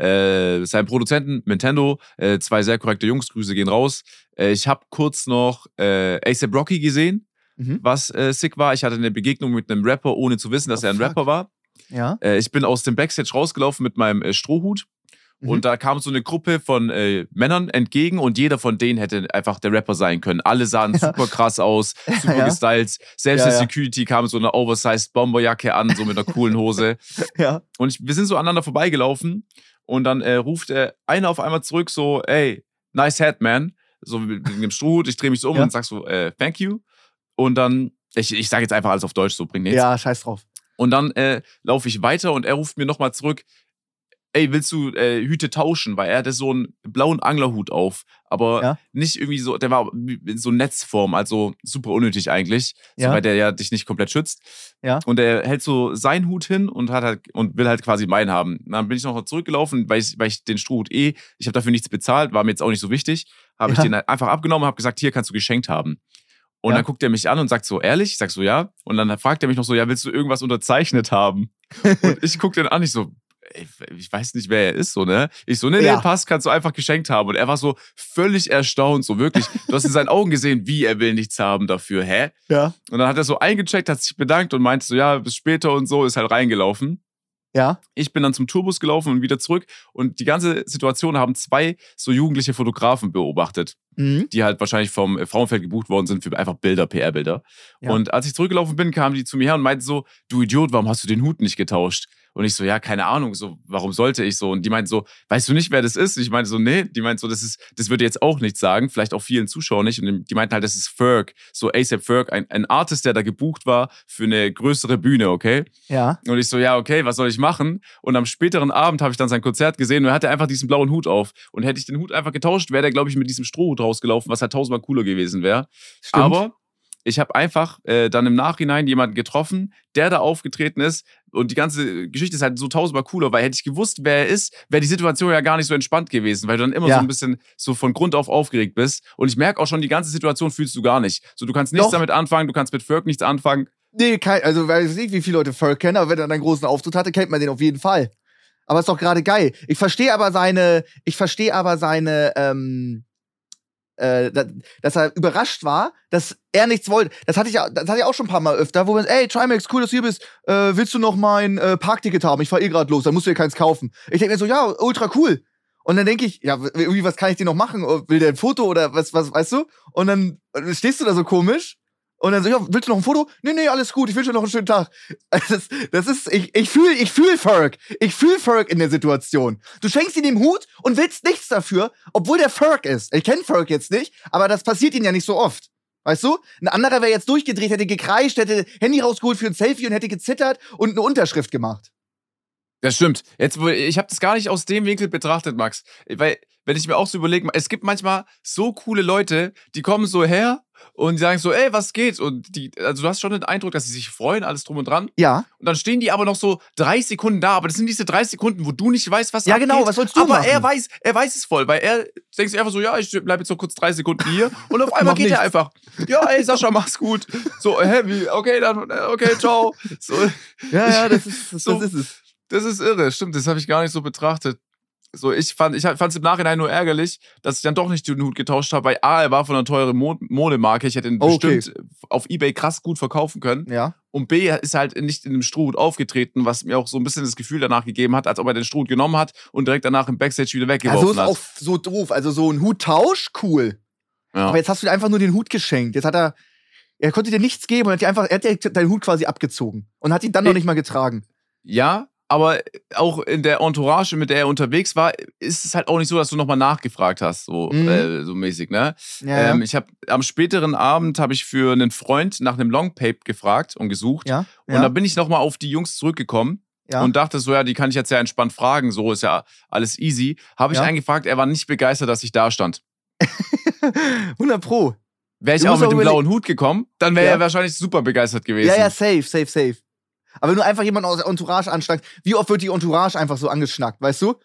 Äh, sein Produzenten, Nintendo, äh, zwei sehr korrekte Jungs, Grüße gehen raus. Äh, ich habe kurz noch äh, A$AP Rocky gesehen, Mhm. was äh, sick war. Ich hatte eine Begegnung mit einem Rapper, ohne zu wissen, dass Oh, er ein fuck. Rapper war. Ja? Äh, ich bin aus dem Backstage rausgelaufen mit meinem äh, Strohhut. Mhm. Und da kam so eine Gruppe von äh, Männern entgegen und jeder von denen hätte einfach der Rapper sein können. Alle sahen Ja. super krass aus, super Ja. gestylt. Selbst Ja, der ja. Security kam so eine oversized Bomberjacke an, so mit einer coolen Hose. Ja. Und ich, wir sind so aneinander vorbeigelaufen und dann äh, ruft der eine auf einmal zurück so, ey, nice hat, man. So mit mit dem Strohhut, ich drehe mich so um Ja. und sag so, äh, thank you. Und dann, ich, ich sage jetzt einfach alles auf Deutsch, so bringt nichts. Ja, scheiß drauf. Und dann äh, laufe ich weiter und er ruft mir nochmal zurück, ey, willst du äh, Hüte tauschen? Weil er hatte so einen blauen Anglerhut auf, aber Ja. nicht irgendwie so, der war in so Netzform, also super unnötig eigentlich, so, Ja. weil der ja dich nicht komplett schützt. Ja. Und er hält so seinen Hut hin und hat halt und will halt quasi meinen haben. Und dann bin ich noch zurückgelaufen, weil ich, weil ich den Strohhut eh, ich habe dafür nichts bezahlt, war mir jetzt auch nicht so wichtig, habe Ja. ich den halt einfach abgenommen und habe gesagt, hier kannst du geschenkt haben. Und Ja. dann guckt er mich an und sagt so, ehrlich? Ich sag so, ja. Und dann fragt er mich noch so, ja, willst du irgendwas unterzeichnet haben? Und ich guck den an, ich so, ey, ich weiß nicht, wer er ist, so, ne? Ich so, nee, nee, Ja. passt, kannst du einfach geschenkt haben. Und er war so völlig erstaunt, so wirklich. Du hast in seinen Augen gesehen, wie er will nichts haben dafür, hä? Ja. Und dann hat er so eingecheckt, hat sich bedankt und meinte so, ja, bis später und so, ist halt reingelaufen. Ja. Ich bin dann zum Tourbus gelaufen und wieder zurück. Und die ganze Situation haben zwei so jugendliche Fotografen beobachtet, Mhm. die halt wahrscheinlich vom äh, Frauenfeld gebucht worden sind für einfach Bilder, P R-Bilder. Ja. Und als ich zurückgelaufen bin, kamen die zu mir her und meinten so, du Idiot, warum hast du den Hut nicht getauscht? Und ich so, ja, keine Ahnung, so, warum sollte ich so? Und die meinten so, weißt du nicht, wer das ist? Und ich meinte so, nee. Die meinten so, das ist, das würde jetzt auch nichts sagen, vielleicht auch vielen Zuschauern nicht. Und die meinten halt, das ist Ferg, so A$AP Ferg, ein, ein Artist, der da gebucht war für eine größere Bühne, okay? Ja. Und ich so, ja, okay, was soll ich machen? Und am späteren Abend habe ich dann sein Konzert gesehen und er hatte einfach diesen blauen Hut auf. Und hätte ich den Hut einfach getauscht, wäre der, glaube ich, mit diesem Strohhut rausgelaufen, was halt tausendmal cooler gewesen wäre. Stimmt. Aber ich habe einfach äh, dann im Nachhinein jemanden getroffen, der da aufgetreten ist. Und die ganze Geschichte ist halt so tausendmal cooler, weil hätte ich gewusst, wer er ist, wäre die Situation ja gar nicht so entspannt gewesen, weil du dann immer Ja. so ein bisschen so von Grund auf aufgeregt bist. Und ich merke auch schon, die ganze Situation fühlst du gar nicht. So, du kannst nichts Doch. damit anfangen, du kannst mit Ferg nichts anfangen. Nee, kein, also weiß nicht, wie viele Leute Ferg kennen, aber wenn er einen großen Auftritt hatte, kennt man den auf jeden Fall. Aber ist doch gerade geil. Ich verstehe aber seine, ich verstehe aber seine, ähm, äh, da- dass er überrascht war, dass er nichts wollte. Das hatte ich, ja- das hatte ich auch schon ein paar Mal öfter, wo man, ey, Trimax, cool, dass du hier bist. Äh, willst du noch mein äh, Parkticket haben? Ich fahr eh gerade los, dann musst du dir keins kaufen. Ich denke mir so, ja, ultra cool. Und dann denke ich, ja, irgendwie, was kann ich dir noch machen? Will der ein Foto oder was, was, weißt du? Und dann äh, stehst du da so komisch. Und dann so, ja, willst du noch ein Foto? Nee, nee, alles gut, ich wünsche dir noch einen schönen Tag. Das, das ist, ich, ich fühle ich fühl Ferg. Ich fühle Ferg in der Situation. Du schenkst ihm den Hut und willst nichts dafür, obwohl der Ferg ist. Ich kenne Ferg jetzt nicht, aber das passiert ihm ja nicht so oft. Weißt du? Ein anderer wäre jetzt durchgedreht, hätte gekreischt, hätte Handy rausgeholt für ein Selfie und hätte gezittert und eine Unterschrift gemacht. Das stimmt. Jetzt, wo- ich habe das gar nicht aus dem Winkel betrachtet, Max. Weil, wenn ich mir auch so überlege, es gibt manchmal so coole Leute, die kommen so her und die sagen so, ey, was geht? Und die, also du hast schon den Eindruck, dass sie sich freuen, alles drum und dran. Ja. Und dann stehen die aber noch so dreißig Sekunden da, aber das sind diese dreißig Sekunden, wo du nicht weißt, was Ja, abgeht. genau, was sollst du aber machen? er weiß, er weiß es voll, weil er denkt sich einfach so, ja, ich bleib jetzt noch kurz drei Sekunden hier und auf einmal Mach geht nichts. er einfach, ja, ey, Sascha, mach's gut. So, heavy, okay, dann, okay, ciao. So, Ja, ja, das ist, das, So. das ist es. das ist irre, stimmt, das habe ich gar nicht so betrachtet. So, ich fand ich fand es im Nachhinein nur ärgerlich, dass ich dann doch nicht den Hut getauscht habe, weil A, er war von einer teuren Mo- Modemarke, ich hätte ihn Oh, okay. bestimmt auf Ebay krass gut verkaufen können. Ja. Und B, er ist halt nicht in dem Strohhut aufgetreten, was mir auch so ein bisschen das Gefühl danach gegeben hat, als ob er den Strohhut genommen hat und direkt danach im Backstage wieder Ja, weggeworfen so ist hat. auch so doof. Also so ein Huttausch, cool. Ja. Aber jetzt hast du dir einfach nur den Hut geschenkt. Jetzt hat er, er konnte dir nichts geben und hat dir einfach, er hat dir deinen Hut quasi abgezogen und hat ihn dann noch Ich- nicht mal getragen. Ja, aber auch in der Entourage, mit der er unterwegs war, ist es halt auch nicht so, dass du nochmal nachgefragt hast, so, Mhm. äh, so mäßig, ne? Ja, Ähm, ich habe am späteren Abend habe ich für einen Freund nach einem Longpape gefragt und gesucht. ja, Und ja, da bin ich nochmal auf die Jungs zurückgekommen ja. und dachte so, ja, die kann ich jetzt ja entspannt fragen, so ist ja alles easy. Habe ich Ja. einen gefragt, er war nicht begeistert, dass ich da stand. hundert Pro. Wäre ich Du auch musst mit auch dem überlegen- blauen Hut gekommen, dann wäre Ja. er wahrscheinlich super begeistert gewesen. Ja, ja, safe, safe, safe. Aber wenn du einfach jemanden aus der Entourage anschnackst, wie oft wird die Entourage einfach so angeschnackt, weißt du?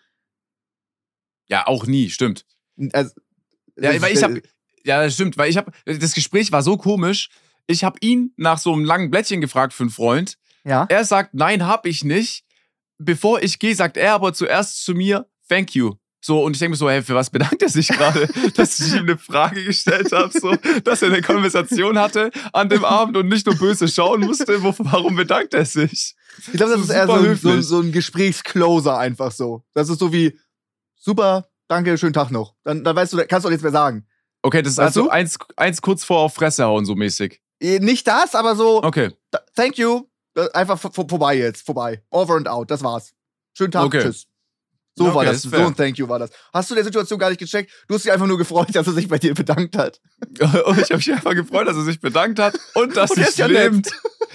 Ja, auch nie, stimmt. Also, Ja, das weil ist- ich habe, ja, das stimmt, weil ich habe, das Gespräch war so komisch. Ich habe ihn nach so einem langen Blättchen gefragt für einen Freund. Ja. Er sagt, nein, hab ich nicht. Bevor ich gehe, sagt er aber zuerst zu mir, thank you. So, und ich denke mir so, hey, für was bedankt er sich gerade, dass ich ihm eine Frage gestellt habe, so, dass er eine Konversation hatte an dem Abend und nicht nur böse schauen musste. Wo, warum bedankt er sich? Ich glaube, das So ist eher so super ein, so, ein, höflich. so ein Gesprächscloser einfach so. Das ist so wie, super, danke, schönen Tag noch. Dann, dann weißt du, kannst du auch nichts mehr sagen. Okay, das ist Weißt also du? eins, eins kurz vor auf Fresse hauen, so mäßig. Eh, Nicht das, aber so, Okay, da- thank you, Da- einfach vor- vor- vorbei jetzt, vorbei. Over and out, das war's. Schönen Tag, Okay. tschüss. So Okay, war das, ist so fair. ein Thank you war das. Hast du der Situation gar nicht gecheckt? Du hast dich einfach nur gefreut, dass er sich bei dir bedankt hat. und ich habe mich einfach gefreut, dass er sich bedankt hat und dass Und er ich ist ja lebt.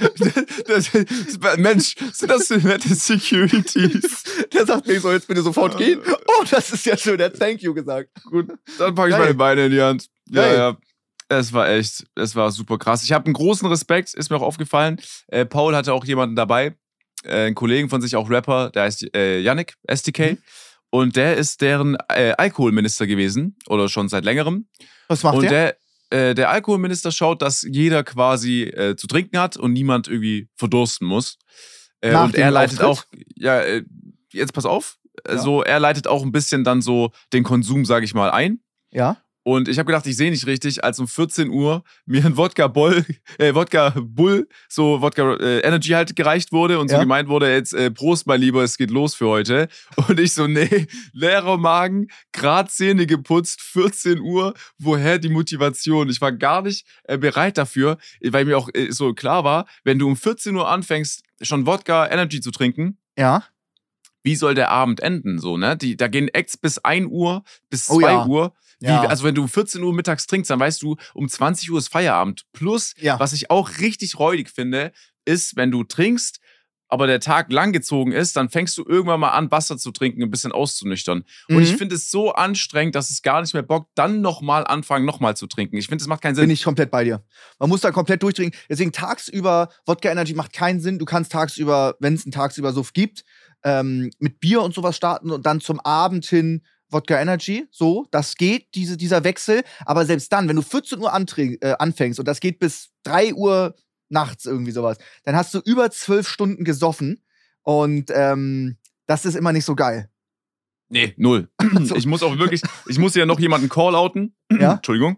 Das, das, Mensch, sind das so nette Securities? Der sagt mir, ich soll jetzt bitte sofort gehen. Oh, das ist ja schön, der hat Thank you gesagt. Gut, dann packe ich Geil. meine Beine in die Hand. Ja, Geil. ja. Es war echt, es war super krass. Ich habe einen großen Respekt, ist mir auch aufgefallen. Äh, Paul hatte auch jemanden dabei, äh, einen Kollegen von sich, auch Rapper, der heißt äh, Yannick, S T K. Mhm. Und der ist deren äh, Alkoholminister gewesen, oder schon seit längerem. Was macht Und der? der, äh, der Alkoholminister schaut, dass jeder quasi äh, zu trinken hat und niemand irgendwie verdursten muss. Äh, Nach und dem er leitet Auftritt? auch, ja, äh, jetzt pass auf, äh, Ja. so, er leitet auch ein bisschen dann so den Konsum, sage ich mal, ein. Ja. Und ich habe gedacht, ich sehe nicht richtig, als um vierzehn Uhr mir ein Wodka Boll, äh, Wodka Bull, so Wodka äh, Energy halt gereicht wurde und so Ja. gemeint wurde, jetzt äh, Prost, mein Lieber, es geht los für heute. Und ich so, nee, leerer Magen, grad Zähne geputzt, vierzehn Uhr, woher die Motivation? Ich war gar nicht äh, bereit dafür, weil mir auch äh, so klar war, wenn du um vierzehn Uhr anfängst, schon Wodka Energy zu trinken, Ja. wie soll der Abend enden? So, ne? Die, da gehen Acts bis ein Uhr, bis zwei Oh ja. Uhr. Wie, Ja. Also wenn du vierzehn Uhr mittags trinkst, dann weißt du, um zwanzig Uhr ist Feierabend. Plus, Ja. was ich auch richtig räudig finde, ist, wenn du trinkst, aber der Tag langgezogen ist, dann fängst du irgendwann mal an, Wasser zu trinken, ein bisschen auszunüchtern. Und Mhm. ich finde es so anstrengend, dass es gar nicht mehr bockt, dann nochmal anfangen, nochmal zu trinken. Ich finde, das macht keinen Sinn. Bin ich komplett bei dir. Man muss da komplett durchtrinken. Deswegen tagsüber, Wodka Energy macht keinen Sinn. Du kannst tagsüber, wenn es einen tagsüber Suff gibt, ähm, mit Bier und sowas starten und dann zum Abend hin Wodka Energy. So, das geht, diese, dieser Wechsel. Aber selbst dann, wenn du vierzehn Uhr antrink, äh, anfängst und das geht bis drei Uhr nachts irgendwie sowas, dann hast du über zwölf Stunden gesoffen und ähm, das ist immer nicht so geil. Nee, null. So. Ich muss auch wirklich, ich muss ja noch jemanden call-outen. Ja? Entschuldigung.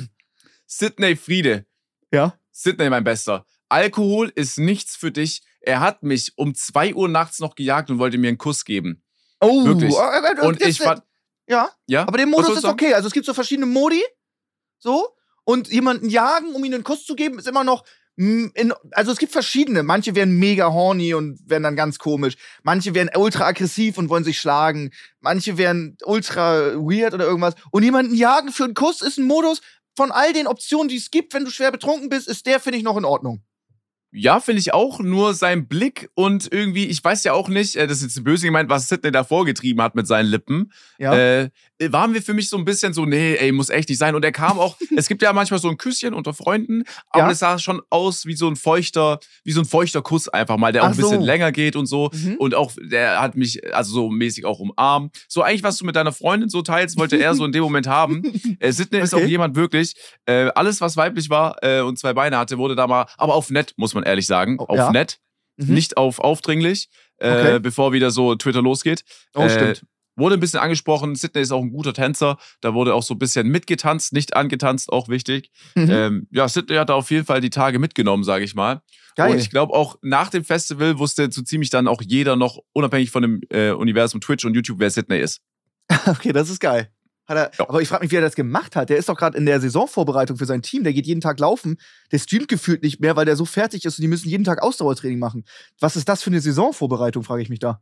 Sidney Friede. Ja? Sidney, mein Bester. Alkohol ist nichts für dich. Er hat mich um zwei Uhr nachts noch gejagt und wollte mir einen Kuss geben. Oh, Wirklich. äh, äh, Und das- ich fand. Ja, Ja? aber der Was Modus sollst ist du sagen? okay. Also es gibt so verschiedene Modi. So. Und jemanden jagen, um ihnen einen Kuss zu geben, ist immer noch. mm, In, also es gibt verschiedene. Manche werden mega horny und werden dann ganz komisch. Manche werden ultra aggressiv und wollen sich schlagen. Manche werden ultra weird oder irgendwas. Und jemanden jagen für einen Kuss ist ein Modus von all den Optionen, die es gibt, wenn du schwer betrunken bist, ist der, finde ich, noch in Ordnung. Ja, finde ich auch. Nur sein Blick und irgendwie, ich weiß ja auch nicht, äh, das ist jetzt böse gemeint, was Sidney da vorgetrieben hat mit seinen Lippen. Ja. Äh, waren wir für mich so ein bisschen so, nee, ey, muss echt nicht sein. Und er kam auch, es gibt ja manchmal so ein Küsschen unter Freunden, aber Ja. das sah schon aus wie so ein feuchter, wie so ein feuchter Kuss einfach mal, der auch Ach ein bisschen so. länger geht und so. Mhm. Und auch, der hat mich also so mäßig auch umarmt. So eigentlich, was du mit deiner Freundin so teilst, wollte er so in dem Moment haben. Äh, Sydney ist auch Okay. jemand wirklich, äh, alles, was weiblich war äh, und zwei Beine hatte, wurde da mal, aber auf nett, muss man ehrlich sagen, Oh, auf ja. nett, Mhm. nicht auf aufdringlich, äh, Okay. bevor wieder so Twitter losgeht. Oh, Äh, stimmt. Wurde ein bisschen angesprochen, Sydney ist auch ein guter Tänzer, da wurde auch so ein bisschen mitgetanzt, nicht angetanzt, auch wichtig. Mhm. Ähm, ja, Sydney hat da auf jeden Fall die Tage mitgenommen, sage ich mal. Geil. Und ich glaube auch nach dem Festival wusste so ziemlich dann auch jeder noch, unabhängig von dem äh, Universum Twitch und YouTube, wer Sydney ist. Okay, das ist geil. Hat er, Ja. Aber ich frage mich, wie er das gemacht hat. Der ist doch gerade in der Saisonvorbereitung für sein Team. Der geht jeden Tag laufen. Der streamt gefühlt nicht mehr, weil der so fertig ist und die müssen jeden Tag Ausdauertraining machen. Was ist das für eine Saisonvorbereitung, frage ich mich da.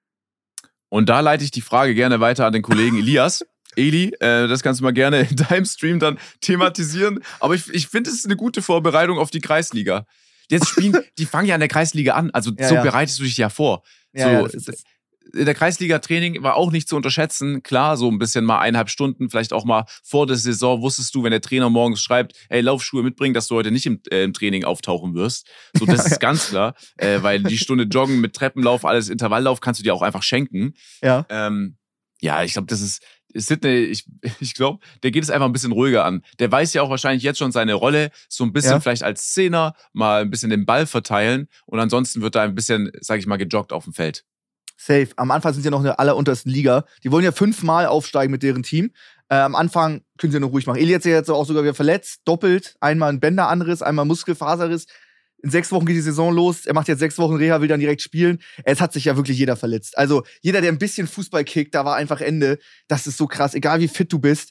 Und da leite ich die Frage gerne weiter an den Kollegen Elias. Eli, äh, das kannst du mal gerne in deinem Stream dann thematisieren. Aber ich, ich finde, es ist eine gute Vorbereitung auf die Kreisliga. Jetzt spielen, die fangen ja in der Kreisliga an. Also Ja, so ja. bereitest du dich ja vor. Ja, so, ja, das ist es. in der Kreisliga-Training war auch nicht zu unterschätzen. Klar, so ein bisschen mal eineinhalb Stunden, vielleicht auch mal vor der Saison wusstest du, wenn der Trainer morgens schreibt, ey, Laufschuhe mitbringen, dass du heute nicht im, äh, im Training auftauchen wirst. So, das ist ganz klar, äh, weil die Stunde Joggen mit Treppenlauf, alles Intervalllauf kannst du dir auch einfach schenken. Ja. Ähm, ja, ich glaube, das ist, Sydney, ich, ich glaube, der geht es einfach ein bisschen ruhiger an. Der weiß ja auch wahrscheinlich jetzt schon seine Rolle, so ein bisschen Ja. vielleicht als Zehner, mal ein bisschen den Ball verteilen und ansonsten wird da ein bisschen, sag ich mal, gejoggt auf dem Feld. Safe. Am Anfang sind sie ja noch in der alleruntersten Liga. Die wollen ja fünfmal aufsteigen mit deren Team. Äh, am Anfang können sie ja noch ruhig machen. Eli hat sich jetzt auch sogar wieder verletzt, doppelt. Einmal ein Bänderanriss, einmal Muskelfaserriss. In sechs Wochen geht die Saison los. Er macht jetzt sechs Wochen Reha, will dann direkt spielen. Es hat sich ja wirklich jeder verletzt. Also jeder, der ein bisschen Fußball kickt, da war einfach Ende. Das ist so krass. Egal wie fit du bist.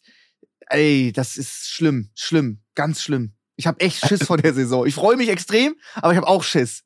Ey, das ist schlimm. Schlimm. Ganz schlimm. Ich habe echt Schiss vor der Saison. Ich freue mich extrem, aber ich habe auch Schiss.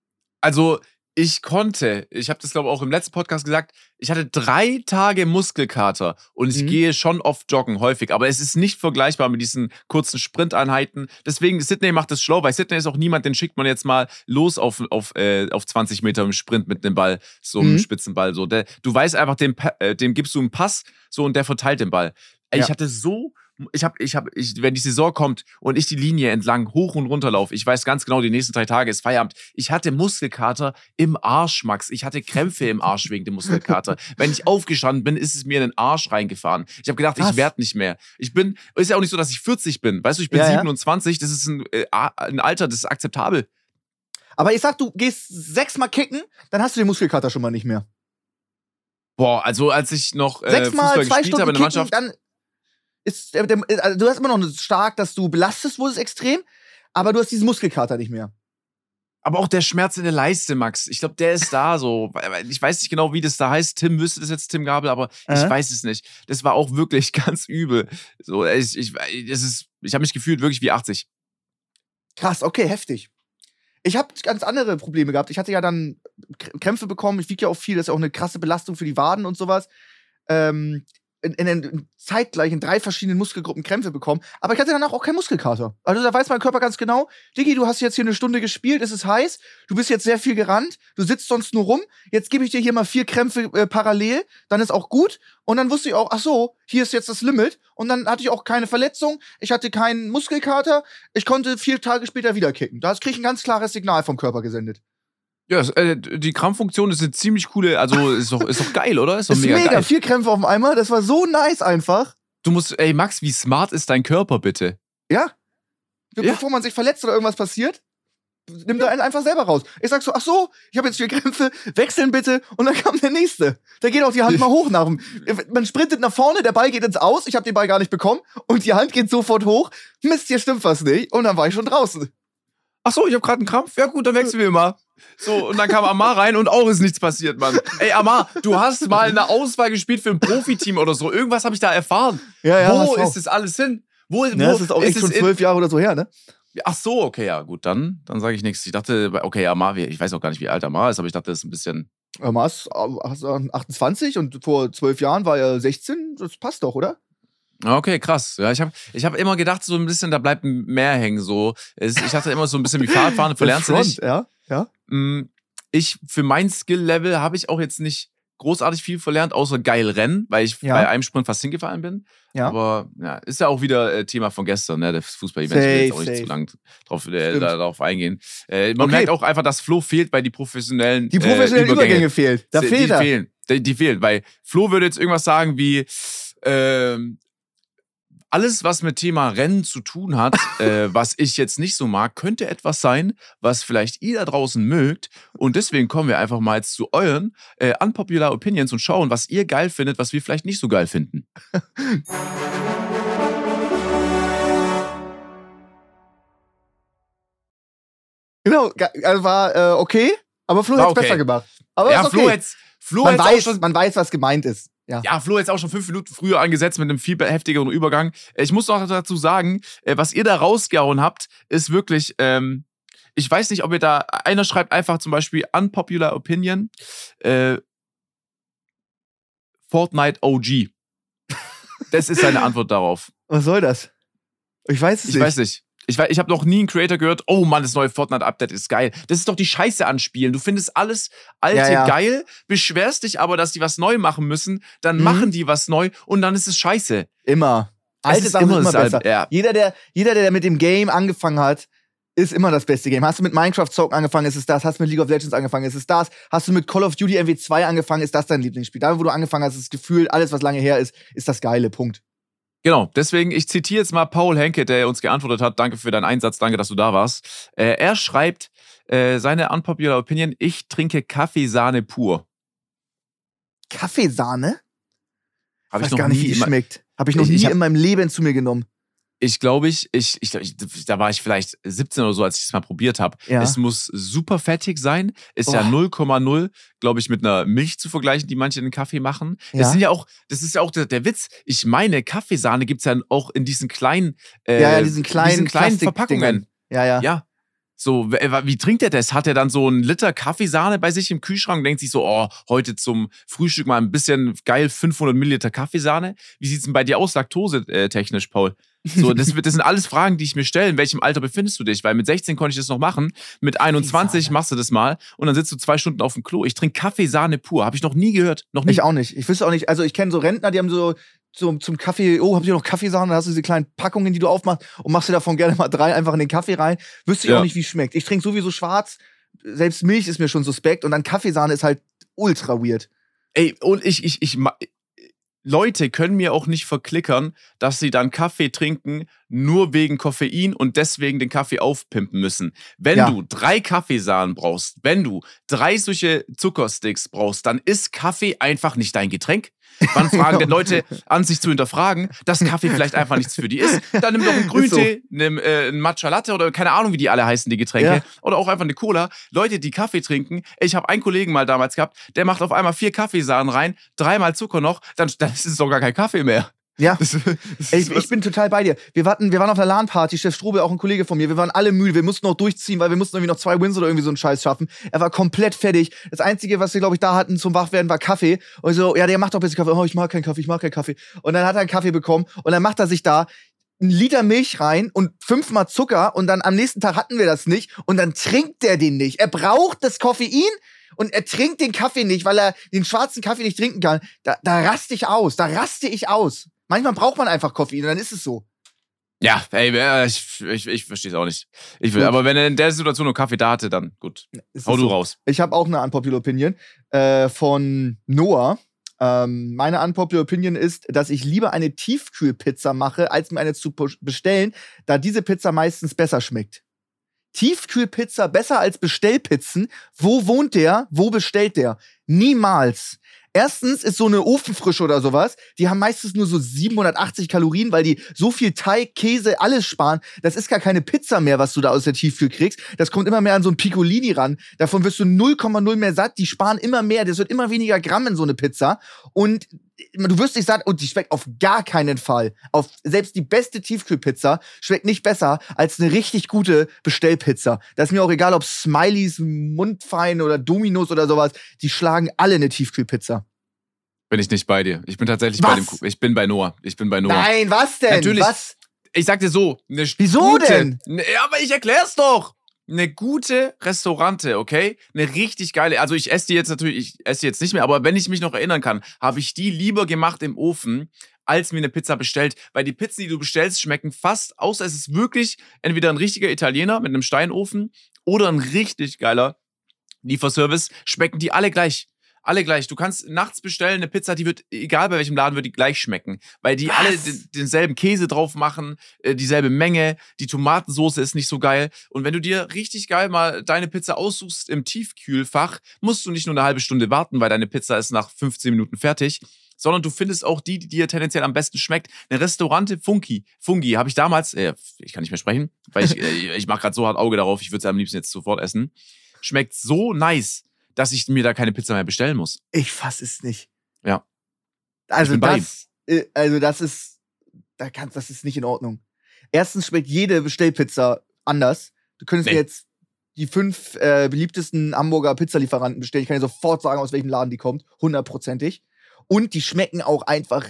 Also, ich konnte, ich habe das glaube ich auch im letzten Podcast gesagt, ich hatte drei Tage Muskelkater und ich Mhm. gehe schon oft joggen, häufig, aber es ist nicht vergleichbar mit diesen kurzen Sprinteinheiten. Deswegen, Sydney macht das schlau, weil Sydney ist auch niemand, den schickt man jetzt mal los auf, auf, äh, auf zwanzig Meter im Sprint mit einem Ball, so einem Mhm. Spitzenball. So. Der, du weißt einfach, dem, Pa- äh, dem gibst du einen Pass so und der verteilt den Ball. Ey, Ja. Ich hatte so ich habe, ich habe, ich, wenn die Saison kommt und ich die Linie entlang hoch und runter laufe, ich weiß ganz genau, die nächsten drei Tage ist Feierabend. Ich hatte Muskelkater im Arsch, Max. Ich hatte Krämpfe im Arsch wegen dem Muskelkater. Wenn ich aufgestanden bin, ist es mir in den Arsch reingefahren. Ich habe gedacht, Krass. ich werde nicht mehr. Ich bin, ist ja auch nicht so, dass ich vierzig bin. Weißt du, ich bin Ja, ja. siebenundzwanzig. Das ist ein, äh, ein Alter, das ist akzeptabel. Aber ich sag, du gehst sechsmal kicken, dann hast du den Muskelkater schon mal nicht mehr. Boah, also als ich noch äh, Sechsmal, Fußball zwei gespielt habe Stunden in der kicken, Mannschaft, dann ist der, der, also du hast immer noch stark, dass du belastest wurdest extrem, aber du hast diesen Muskelkater nicht mehr. aber auch der Schmerz in der Leiste, Max. Ich glaube, der ist da so. Ich weiß nicht genau, wie das da heißt. Tim wüsste das jetzt, Tim Gabel, aber ich Äh? weiß es nicht. Das war auch wirklich ganz übel. So, ich, ich, das ist, ich habe mich gefühlt wirklich wie achtzig. Krass, okay, heftig. Ich habe ganz andere Probleme gehabt. Ich hatte ja dann K- Krämpfe bekommen. Ich wiege ja auch viel. Das ist ja auch eine krasse Belastung für die Waden und sowas. Ähm, in, in, in zeitgleich in drei verschiedenen Muskelgruppen Krämpfe bekommen. Aber ich hatte danach auch keinen Muskelkater. Also da weiß mein Körper ganz genau, Diggi, du hast jetzt hier eine Stunde gespielt, es ist heiß, du bist jetzt sehr viel gerannt, du sitzt sonst nur rum, jetzt gebe ich dir hier mal vier Krämpfe äh, parallel, dann ist auch gut. Und dann wusste ich auch, ach so, hier ist jetzt das Limit. Und dann hatte ich auch keine Verletzung, ich hatte keinen Muskelkater, ich konnte vier Tage später wieder kicken. Da kriege ich ein ganz klares Signal vom Körper gesendet. Ja, es- äh, die Krampffunktion ist eine ziemlich coole, also ist doch, ist doch geil, oder? Ist doch Ist mega, mega, geil. vier Krämpfe auf dem Eimer, das war so nice einfach. Du musst, ey Max, wie smart ist dein Körper bitte? Ja. Be Ja. Bevor man sich verletzt oder irgendwas passiert, nimmt er einen einfach selber raus. Ich sag so, ach so, ich habe jetzt vier Krämpfe, wechseln bitte. Und dann kam der nächste. Da geht auch die Hand mal hoch nach dem. Man sprintet nach vorne, der Ball geht ins Aus, ich habe den Ball gar nicht bekommen. Und die Hand geht sofort hoch. Mist, hier stimmt was nicht. Und dann war ich schon draußen. Ach so, ich habe gerade einen Krampf. Ja gut, dann wechseln wir mal. So, und dann kam Amar rein und auch ist nichts passiert, Mann. Ey, Amar, du hast mal eine Auswahl gespielt für ein Profiteam oder so. Irgendwas habe ich da erfahren. Ja, ja, Wo hast du auch. ist das alles hin? Wo, wo Ja, das ist auch echt es schon in- zwölf Jahre oder so her, ne? Ach so, okay, ja, gut, dann, dann sage ich nichts. Ich dachte, okay, Amar, wie- ich weiß auch gar nicht, wie alt Amar ist, aber ich dachte, das ist ein bisschen. Mars achtundzwanzig und vor zwölf Jahren war er sechzehn. Das passt doch, oder? Okay, krass. Ja, ich habe ich hab immer gedacht, so ein bisschen, da bleibt mehr hängen. So. Es, ich dachte immer so ein bisschen wie Fahrradfahren, verlernst du Front, nicht. Ja, ja. Mm, Ich, für mein Skill-Level habe ich auch jetzt nicht großartig viel verlernt, außer geil rennen, weil ich Ja. bei einem Sprint fast hingefallen bin. Ja. Aber ja, ist ja auch wieder äh, Thema von gestern, ne? Das Fußball-Event. Ich will jetzt auch nicht Safe, zu safe. lang drauf, äh, Stimmt. darauf eingehen. Äh, man Okay. merkt auch einfach, dass Flo fehlt, weil die professionellen Die professionellen äh, Übergänge, Übergänge fehlen. Da die, fehlt die er. fehlen. Die, die fehlen, weil Flo würde jetzt irgendwas sagen wie ähm, alles, was mit Thema Rennen zu tun hat, äh, was ich jetzt nicht so mag, könnte etwas sein, was vielleicht ihr da draußen mögt. Und deswegen kommen wir einfach mal jetzt zu euren äh, Unpopular Opinions und schauen, was ihr geil findet, was wir vielleicht nicht so geil finden. Genau, ga- also war äh, okay, aber Flo War hat es okay. besser gemacht. Aber ja, ist okay. Flo jetzt, Flo man, jetzt auch weiß, schon. man weiß, was gemeint ist. Ja. Ja, Flo jetzt auch schon fünf Minuten früher angesetzt mit einem viel heftigeren Übergang. Ich muss noch dazu sagen, äh, was ihr da rausgehauen habt, ist wirklich, ähm, ich weiß nicht, ob ihr da, einer schreibt einfach zum Beispiel Unpopular Opinion, äh, Fortnite O G. Das ist seine Antwort darauf. Was soll das? Ich weiß es Ich nicht. weiß nicht. Ich, weiß, ich habe noch nie einen Creator gehört, oh Mann, das neue Fortnite-Update ist geil. Das ist doch die Scheiße an Spielen. Du findest alles alte Ja, ja. geil, beschwerst dich aber, dass die was neu machen müssen, dann Mhm. machen die was neu und dann ist es scheiße. Immer. Es Alte ist Sachen sind immer immer das besser. Al- ja. Jeder, der, jeder, der mit dem Game angefangen hat, ist immer das beste Game. Hast du mit Minecraft zocken angefangen, ist es das. Hast du mit League of Legends angefangen, ist es das. Hast du mit Call of Duty M W zwei angefangen, ist das dein Lieblingsspiel. Da, wo du angefangen hast, ist das Gefühl, alles, was lange her ist, ist das Geile. Punkt. Genau, deswegen, ich zitiere jetzt mal Paul Henke, der uns geantwortet hat. Danke für deinen Einsatz, danke, dass du da warst. Äh, er schreibt, äh, seine Unpopular Opinion, ich trinke Kaffeesahne pur. Kaffeesahne? Hab Ich ich weiß noch gar nicht, nie wie die immer- schmeckt. Habe ich noch Ich- nie ich hab- in meinem Leben zu mir genommen. Ich glaube, ich, ich, ich, ich, da war ich vielleicht siebzehn oder so, als ich es mal probiert habe. Ja. Es muss super fettig sein. Ist ja Oh. null Komma null, glaube ich, mit einer Milch zu vergleichen, die manche in den Kaffee machen. Das Ja. sind ja auch, das ist ja auch der, der Witz. Ich meine, Kaffeesahne gibt es ja auch in diesen kleinen, äh, Ja, ja, diesen kleinen diesen kleinen Plastikdingern. Verpackungen. Ja, ja. Ja. So, w- w- wie trinkt er das? Hat er dann so einen Liter Kaffeesahne bei sich im Kühlschrank und denkt sich so, oh, heute zum Frühstück mal ein bisschen geil fünfhundert Milliliter Kaffeesahne? Wie sieht's denn bei dir aus, laktose-technisch, Paul? So, das, das sind alles Fragen, die ich mir stelle. In welchem Alter befindest du dich? Weil mit sechzehn konnte ich das noch machen. Mit einundzwanzig Kaffeesahne. machst du das mal und dann sitzt du zwei Stunden auf dem Klo. Ich trinke Kaffeesahne pur. Habe ich noch nie gehört. Noch nie. Ich auch nicht. Ich wüsste auch nicht. Also, ich kenne so Rentner, die haben so, so zum Kaffee, oh, habt ihr noch Kaffeesahne? Dann hast du diese kleinen Packungen, die du aufmachst und machst dir davon gerne mal drei einfach in den Kaffee rein. Wüsste ich Ja. auch nicht, wie es schmeckt. Ich trinke sowieso schwarz. Selbst Milch ist mir schon suspekt und dann Kaffeesahne ist halt ultra weird. Ey, und ich, ich, ich, ma- Leute können mir auch nicht verklickern, dass sie dann Kaffee trinken, nur wegen Koffein und deswegen den Kaffee aufpimpen müssen. Wenn Ja. du drei Kaffeesahnen brauchst, wenn du drei solche Zuckersticks brauchst, dann ist Kaffee einfach nicht dein Getränk. Wann fragen denn Leute an, sich zu hinterfragen, dass Kaffee vielleicht einfach nichts für die ist? Dann nimm doch einen Grüntee, nimm äh, einen Matcha Latte oder keine Ahnung, wie die alle heißen, die Getränke. Ja. Oder auch einfach eine Cola. Leute, die Kaffee trinken. Ich habe einen Kollegen mal damals gehabt, der macht auf einmal vier Kaffeesahnen rein, dreimal Zucker noch, dann, dann ist es doch gar kein Kaffee mehr. Ja. Das, das Ey, ist ich, was- ich bin total bei dir. Wir, warten, wir waren auf einer LAN-Party, Chef Strobel, auch ein Kollege von mir. Wir waren alle müde. Wir mussten noch durchziehen, weil wir mussten irgendwie noch zwei Wins oder irgendwie so einen Scheiß schaffen. Er war komplett fertig. Das Einzige, was wir, glaube ich, da hatten zum Wachwerden, war Kaffee. Und ich so, ja, der macht doch bitte Kaffee. Oh, ich mag keinen Kaffee, ich mag keinen Kaffee. Und dann hat er einen Kaffee bekommen und dann macht er sich da einen Liter Milch rein und fünfmal Zucker und dann am nächsten Tag hatten wir das nicht und dann trinkt er den nicht. Er braucht das Koffein und er trinkt den Kaffee nicht, weil er den schwarzen Kaffee nicht trinken kann. Da, da raste ich aus, da raste ich aus. Manchmal braucht man einfach Koffein und dann ist es so. ja, ey, äh, ich, ich, ich verstehe es auch nicht. Ich will, Gut. aber wenn er in der Situation nur Kaffee da hatte, dann gut. Es Hau ist du so. raus. Ich habe auch eine Unpopular Opinion äh, von Noah. Ähm, meine Unpopular Opinion ist, dass ich lieber eine Tiefkühlpizza mache, als mir eine zu pu- bestellen, da diese Pizza meistens besser schmeckt. Tiefkühlpizza besser als Bestellpizzen? Wo wohnt der? Wo bestellt der? Niemals. Erstens ist so eine Ofenfrische oder sowas, die haben meistens nur so siebenhundertachtzig Kalorien, weil die so viel Teig, Käse, alles sparen. Das ist gar keine Pizza mehr, was du da aus der Tiefkühl kriegst. Das kommt immer mehr an so ein Piccolini ran. Davon wirst du null Komma null mehr satt. Die sparen immer mehr. Das wird immer weniger Gramm in so eine Pizza. Und du wirst nicht satt und die schmeckt auf gar keinen Fall. Auf, selbst die beste Tiefkühlpizza schmeckt nicht besser als eine richtig gute Bestellpizza. Da ist mir auch egal, ob Smileys, Mundfein oder Dominos oder sowas. Die schlagen alle eine Tiefkühlpizza. Bin ich nicht bei dir. Ich bin tatsächlich Was? bei dem. Ku- Ich bin bei Noah. Ich bin bei Noah. Nein, was denn? Natürlich. Was? Ich sag dir so, eine Wieso gute, denn? Ne, ja, aber ich erklär's doch. eine gute Restaurante, okay? Eine richtig geile, also ich esse die jetzt natürlich, ich esse die jetzt nicht mehr, aber wenn ich mich noch erinnern kann, habe ich die lieber gemacht im Ofen, als mir eine Pizza bestellt, weil die Pizzen, die du bestellst, schmecken fast, außer es ist wirklich entweder ein richtiger Italiener mit einem Steinofen oder ein richtig geiler Lieferservice, schmecken die alle gleich. Alle gleich. Du kannst nachts bestellen, eine Pizza, die wird, egal bei welchem Laden, wird die gleich schmecken. Weil die Was? alle den, denselben Käse drauf machen, äh, dieselbe Menge, die Tomatensoße ist nicht so geil. Und wenn du dir richtig geil mal deine Pizza aussuchst im Tiefkühlfach, musst du nicht nur eine halbe Stunde warten, weil deine Pizza ist nach fünfzehn Minuten fertig, sondern du findest auch die, die dir tendenziell am besten schmeckt. Eine Restaurante Fungi. Fungi habe ich damals, äh, ich kann nicht mehr sprechen, weil ich, äh, ich mache gerade so hart Auge darauf, ich würde es am liebsten jetzt sofort essen. Schmeckt so nice, dass ich mir da keine Pizza mehr bestellen muss. Ich fass es nicht. Ja. Also das, äh, also das ist, da kann, das ist nicht in Ordnung. Erstens schmeckt jede Bestellpizza anders. Du könntest nee. jetzt die fünf äh, beliebtesten Hamburger Pizzalieferanten bestellen. Ich kann dir sofort sagen, aus welchem Laden die kommt. Hundertprozentig. Und die schmecken auch einfach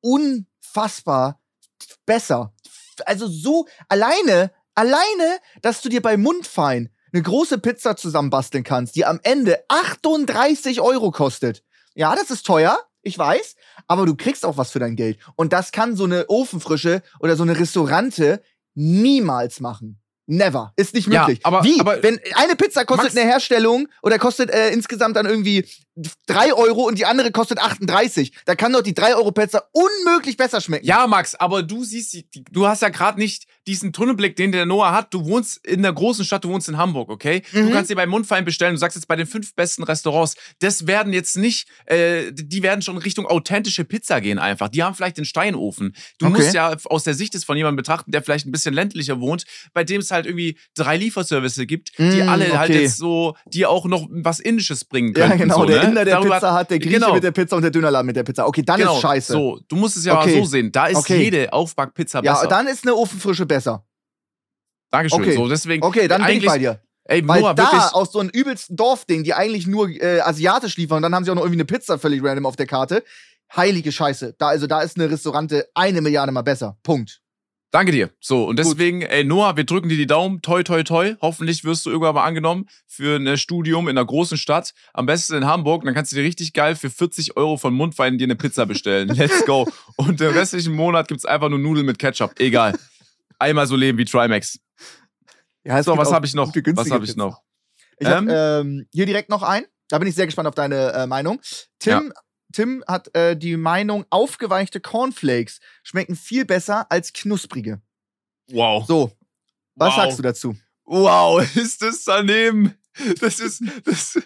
unfassbar besser. Also so alleine, alleine, dass du dir bei Mundfein eine große Pizza zusammenbasteln kannst, die am Ende achtunddreißig Euro kostet. Ja, das ist teuer, ich weiß, aber du kriegst auch was für dein Geld. Und das kann so eine Ofenfrische oder so eine Restaurante niemals machen. Never. Ist nicht möglich. Ja, aber, Wie? Aber, Wenn eine Pizza kostet Max, eine Herstellung oder kostet äh, insgesamt dann irgendwie drei Euro und die andere kostet achtunddreißig. Da kann doch die drei Euro Pizza unmöglich besser schmecken. Ja, Max, aber du siehst, du hast ja gerade nicht diesen Tunnelblick, den der Noah hat. Du wohnst in der großen Stadt, du wohnst in Hamburg, okay? Mhm. Du kannst dir bei Mundfein bestellen, du sagst jetzt bei den fünf besten Restaurants, das werden jetzt nicht, äh, die werden schon Richtung authentische Pizza gehen einfach. Die haben vielleicht den Steinofen. Du okay. musst ja aus der Sicht des von jemandem betrachten, der vielleicht ein bisschen ländlicher wohnt, bei dem es halt irgendwie drei Lieferservice gibt, die mm, alle okay. halt jetzt so, die auch noch was Indisches bringen können. Ja, genau, so, der ne? Inder, der Darüber, Pizza hat, der Grieche genau. mit der Pizza und der Dönerladen mit der Pizza. Okay, dann genau. ist scheiße. So, du musst es ja okay. mal so sehen. Da ist okay. jede Aufbackpizza besser. Ja, dann ist eine Ofenfrische besser. Dankeschön. Okay, so, deswegen, okay dann bin ich bei dir. Ey, Weil Noah, da wirklich, aus so einem übelsten Dorfding, die eigentlich nur äh, asiatisch liefern und dann haben sie auch noch irgendwie eine Pizza völlig random auf der Karte. Heilige Scheiße. Da, also da ist eine Restaurante eine Milliarde mal besser. Punkt. Danke dir. So, und deswegen, Gut. ey, Noah, wir drücken dir die Daumen. Toi, toi, toi. Hoffentlich wirst du irgendwann mal angenommen für ein Studium in einer großen Stadt. Am besten in Hamburg. Dann kannst du dir richtig geil für vierzig Euro von Mundfein dir eine Pizza bestellen. Let's go. Und den restlichen Monat gibt's einfach nur Nudeln mit Ketchup. Egal. Einmal so leben wie Trimax. Ja, so, was habe ich noch? Was habe ich noch? Ich ähm, hab ähm, hier direkt noch ein. Da bin ich sehr gespannt auf deine äh, Meinung. Tim... Ja. Tim hat äh, die Meinung, aufgeweichte Cornflakes schmecken viel besser als knusprige. Wow. So, was wow. sagst du dazu? Wow, ist das daneben? Das ist, das,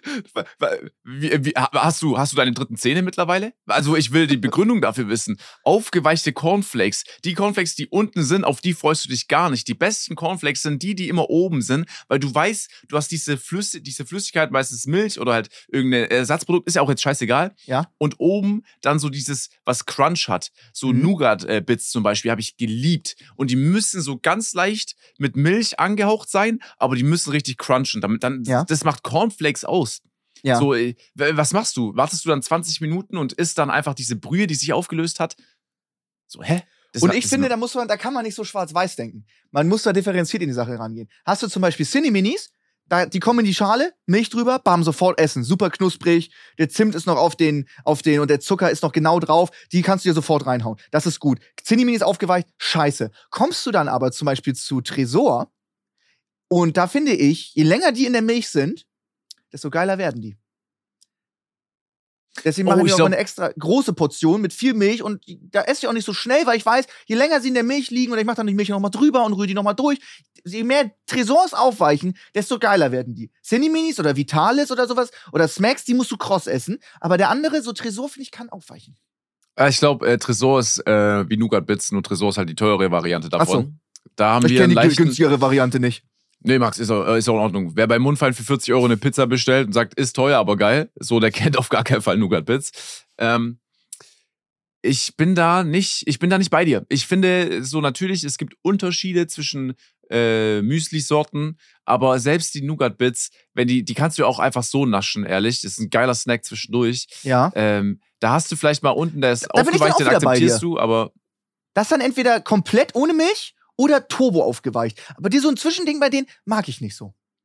wie, wie, hast du, hast du deine dritten Zähne mittlerweile? Also ich will die Begründung dafür wissen. Aufgeweichte Cornflakes, die Cornflakes, die unten sind, auf die freust du dich gar nicht. Die besten Cornflakes sind die, die immer oben sind, weil du weißt, du hast diese, Flüssi- diese Flüssigkeit, meistens Milch oder halt irgendein Ersatzprodukt, ist ja auch jetzt scheißegal. Ja. Und oben dann so dieses, was Crunch hat, so mhm. Nougat-Bits zum Beispiel, habe ich geliebt. Und die müssen so ganz leicht mit Milch angehaucht sein, aber die müssen richtig crunchen, damit dann ja. das macht Cornflakes aus. Ja. So, was machst du? Wartest du dann zwanzig Minuten und isst dann einfach diese Brühe, die sich aufgelöst hat? So, hä? Das und war, ich finde, da muss man, da kann man nicht so schwarz-weiß denken. Man muss da differenziert in die Sache rangehen. Hast du zum Beispiel Cinni-Minis, da, die kommen in die Schale, Milch drüber, bam, sofort essen. Super knusprig, der Zimt ist noch auf den, auf den und der Zucker ist noch genau drauf. Die kannst du dir sofort reinhauen. Das ist gut. Cinni-Minis aufgeweicht, scheiße. Kommst du dann aber zum Beispiel zu Tresor, und da finde ich, je länger die in der Milch sind, desto geiler werden die. Deswegen mache oh, ich mir auch eine extra große Portion mit viel Milch und da esse ich auch nicht so schnell, weil ich weiß, je länger sie in der Milch liegen und ich mache dann die Milch nochmal drüber und rühre die nochmal durch, je mehr Tresors aufweichen, desto geiler werden die. Cinni-Minis oder Vitalis oder sowas oder Smacks, die musst du kross essen, aber der andere, so Tresor, finde ich, kann aufweichen. Ich glaube, äh, Tresor ist äh, wie Nougat-Bits, nur Tresor ist halt die teure Variante davon. Ach so. Da haben ich wir kenne die leichten... günstigere Variante nicht. Nee, Max, ist auch, ist auch in Ordnung. Wer bei Mundfein für vierzig Euro eine Pizza bestellt und sagt, ist teuer, aber geil, so, der kennt auf gar keinen Fall Nougat-Bits. Ähm, ich bin da nicht, ich bin da nicht bei dir. Ich finde so natürlich, es gibt Unterschiede zwischen äh, Müsli-Sorten, aber selbst die Nougat-Bits, wenn die, die kannst du auch einfach so naschen, ehrlich. Das ist ein geiler Snack zwischendurch. Ja. Ähm, da hast du vielleicht mal unten, das da aufgeweichte, den akzeptierst du, aber. Das dann entweder komplett ohne Milch oder Turbo aufgeweicht. Aber die so ein Zwischending bei denen mag ich nicht so.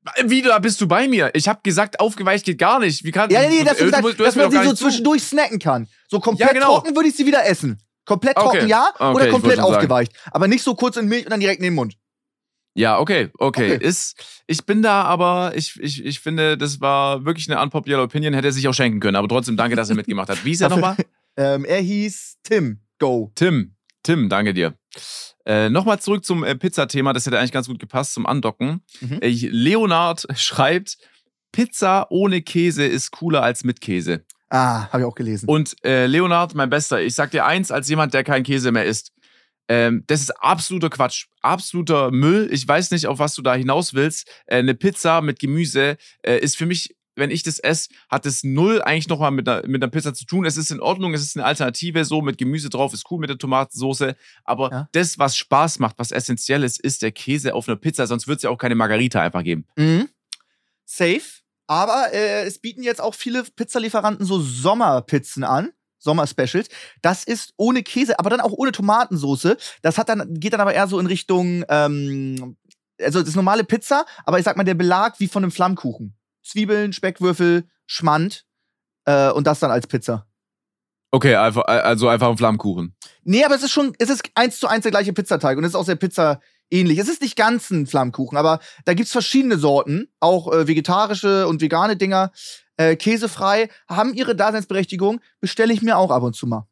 Wie, da bist du bei mir? Ich habe gesagt, aufgeweicht geht gar nicht. Wie kann, Ja, nee, das du, ist du, halt, du dass man sie so zu. zwischendurch snacken kann. So komplett Ja, genau. trocken würde ich sie wieder essen. Komplett Okay. trocken, ja, Okay, oder ich komplett wollte schon aufgeweicht. Aber nicht so kurz in Milch und dann direkt in den Mund. Ja, okay, okay. Okay. Ist, ich bin da, aber ich, ich, ich finde, das war wirklich eine unpopular Opinion, hätte er sich auch schenken können. Aber trotzdem danke, dass er mitgemacht hat. Wie ist er nochmal? Ähm, er hieß Tim. Go. Tim. Tim, danke dir. Äh, Nochmal zurück zum äh, Pizza-Thema, das hätte eigentlich ganz gut gepasst zum Andocken. Mhm. Äh, Leonard schreibt, Pizza ohne Käse ist cooler als mit Käse. Ah, habe ich auch gelesen. Und äh, Leonard, mein Bester, ich sag dir eins, als jemand, der keinen Käse mehr isst, ähm, das ist absoluter Quatsch, absoluter Müll. Ich weiß nicht, auf was du da hinaus willst. Äh, eine Pizza mit Gemüse äh, ist für mich, wenn ich das esse, hat es null eigentlich nochmal mit einer, mit einer Pizza zu tun. Es ist in Ordnung, es ist eine Alternative, so mit Gemüse drauf, ist cool mit der Tomatensauce. Aber Ja. das, was Spaß macht, was essentiell ist, ist der Käse auf einer Pizza. Sonst wird es ja auch keine Margarita einfach geben. Mhm. Safe. Aber äh, es bieten jetzt auch viele Pizzalieferanten so Sommerpizzen an. Sommer-Specials. Das ist ohne Käse, aber dann auch ohne Tomatensoße. Das hat dann, geht dann aber eher so in Richtung, ähm, also das ist normale Pizza, aber ich sag mal, der Belag wie von einem Flammkuchen. Zwiebeln, Speckwürfel, Schmand äh, und das dann als Pizza. Okay, einfach, also einfach ein Flammkuchen. Nee, aber es ist schon, es ist eins zu eins der gleiche Pizzateig und es ist auch sehr Pizza ähnlich. Es ist nicht ganz ein Flammkuchen, aber da gibt's verschiedene Sorten, auch äh, vegetarische und vegane Dinger, äh, käsefrei, haben ihre Daseinsberechtigung, bestelle ich mir auch ab und zu mal.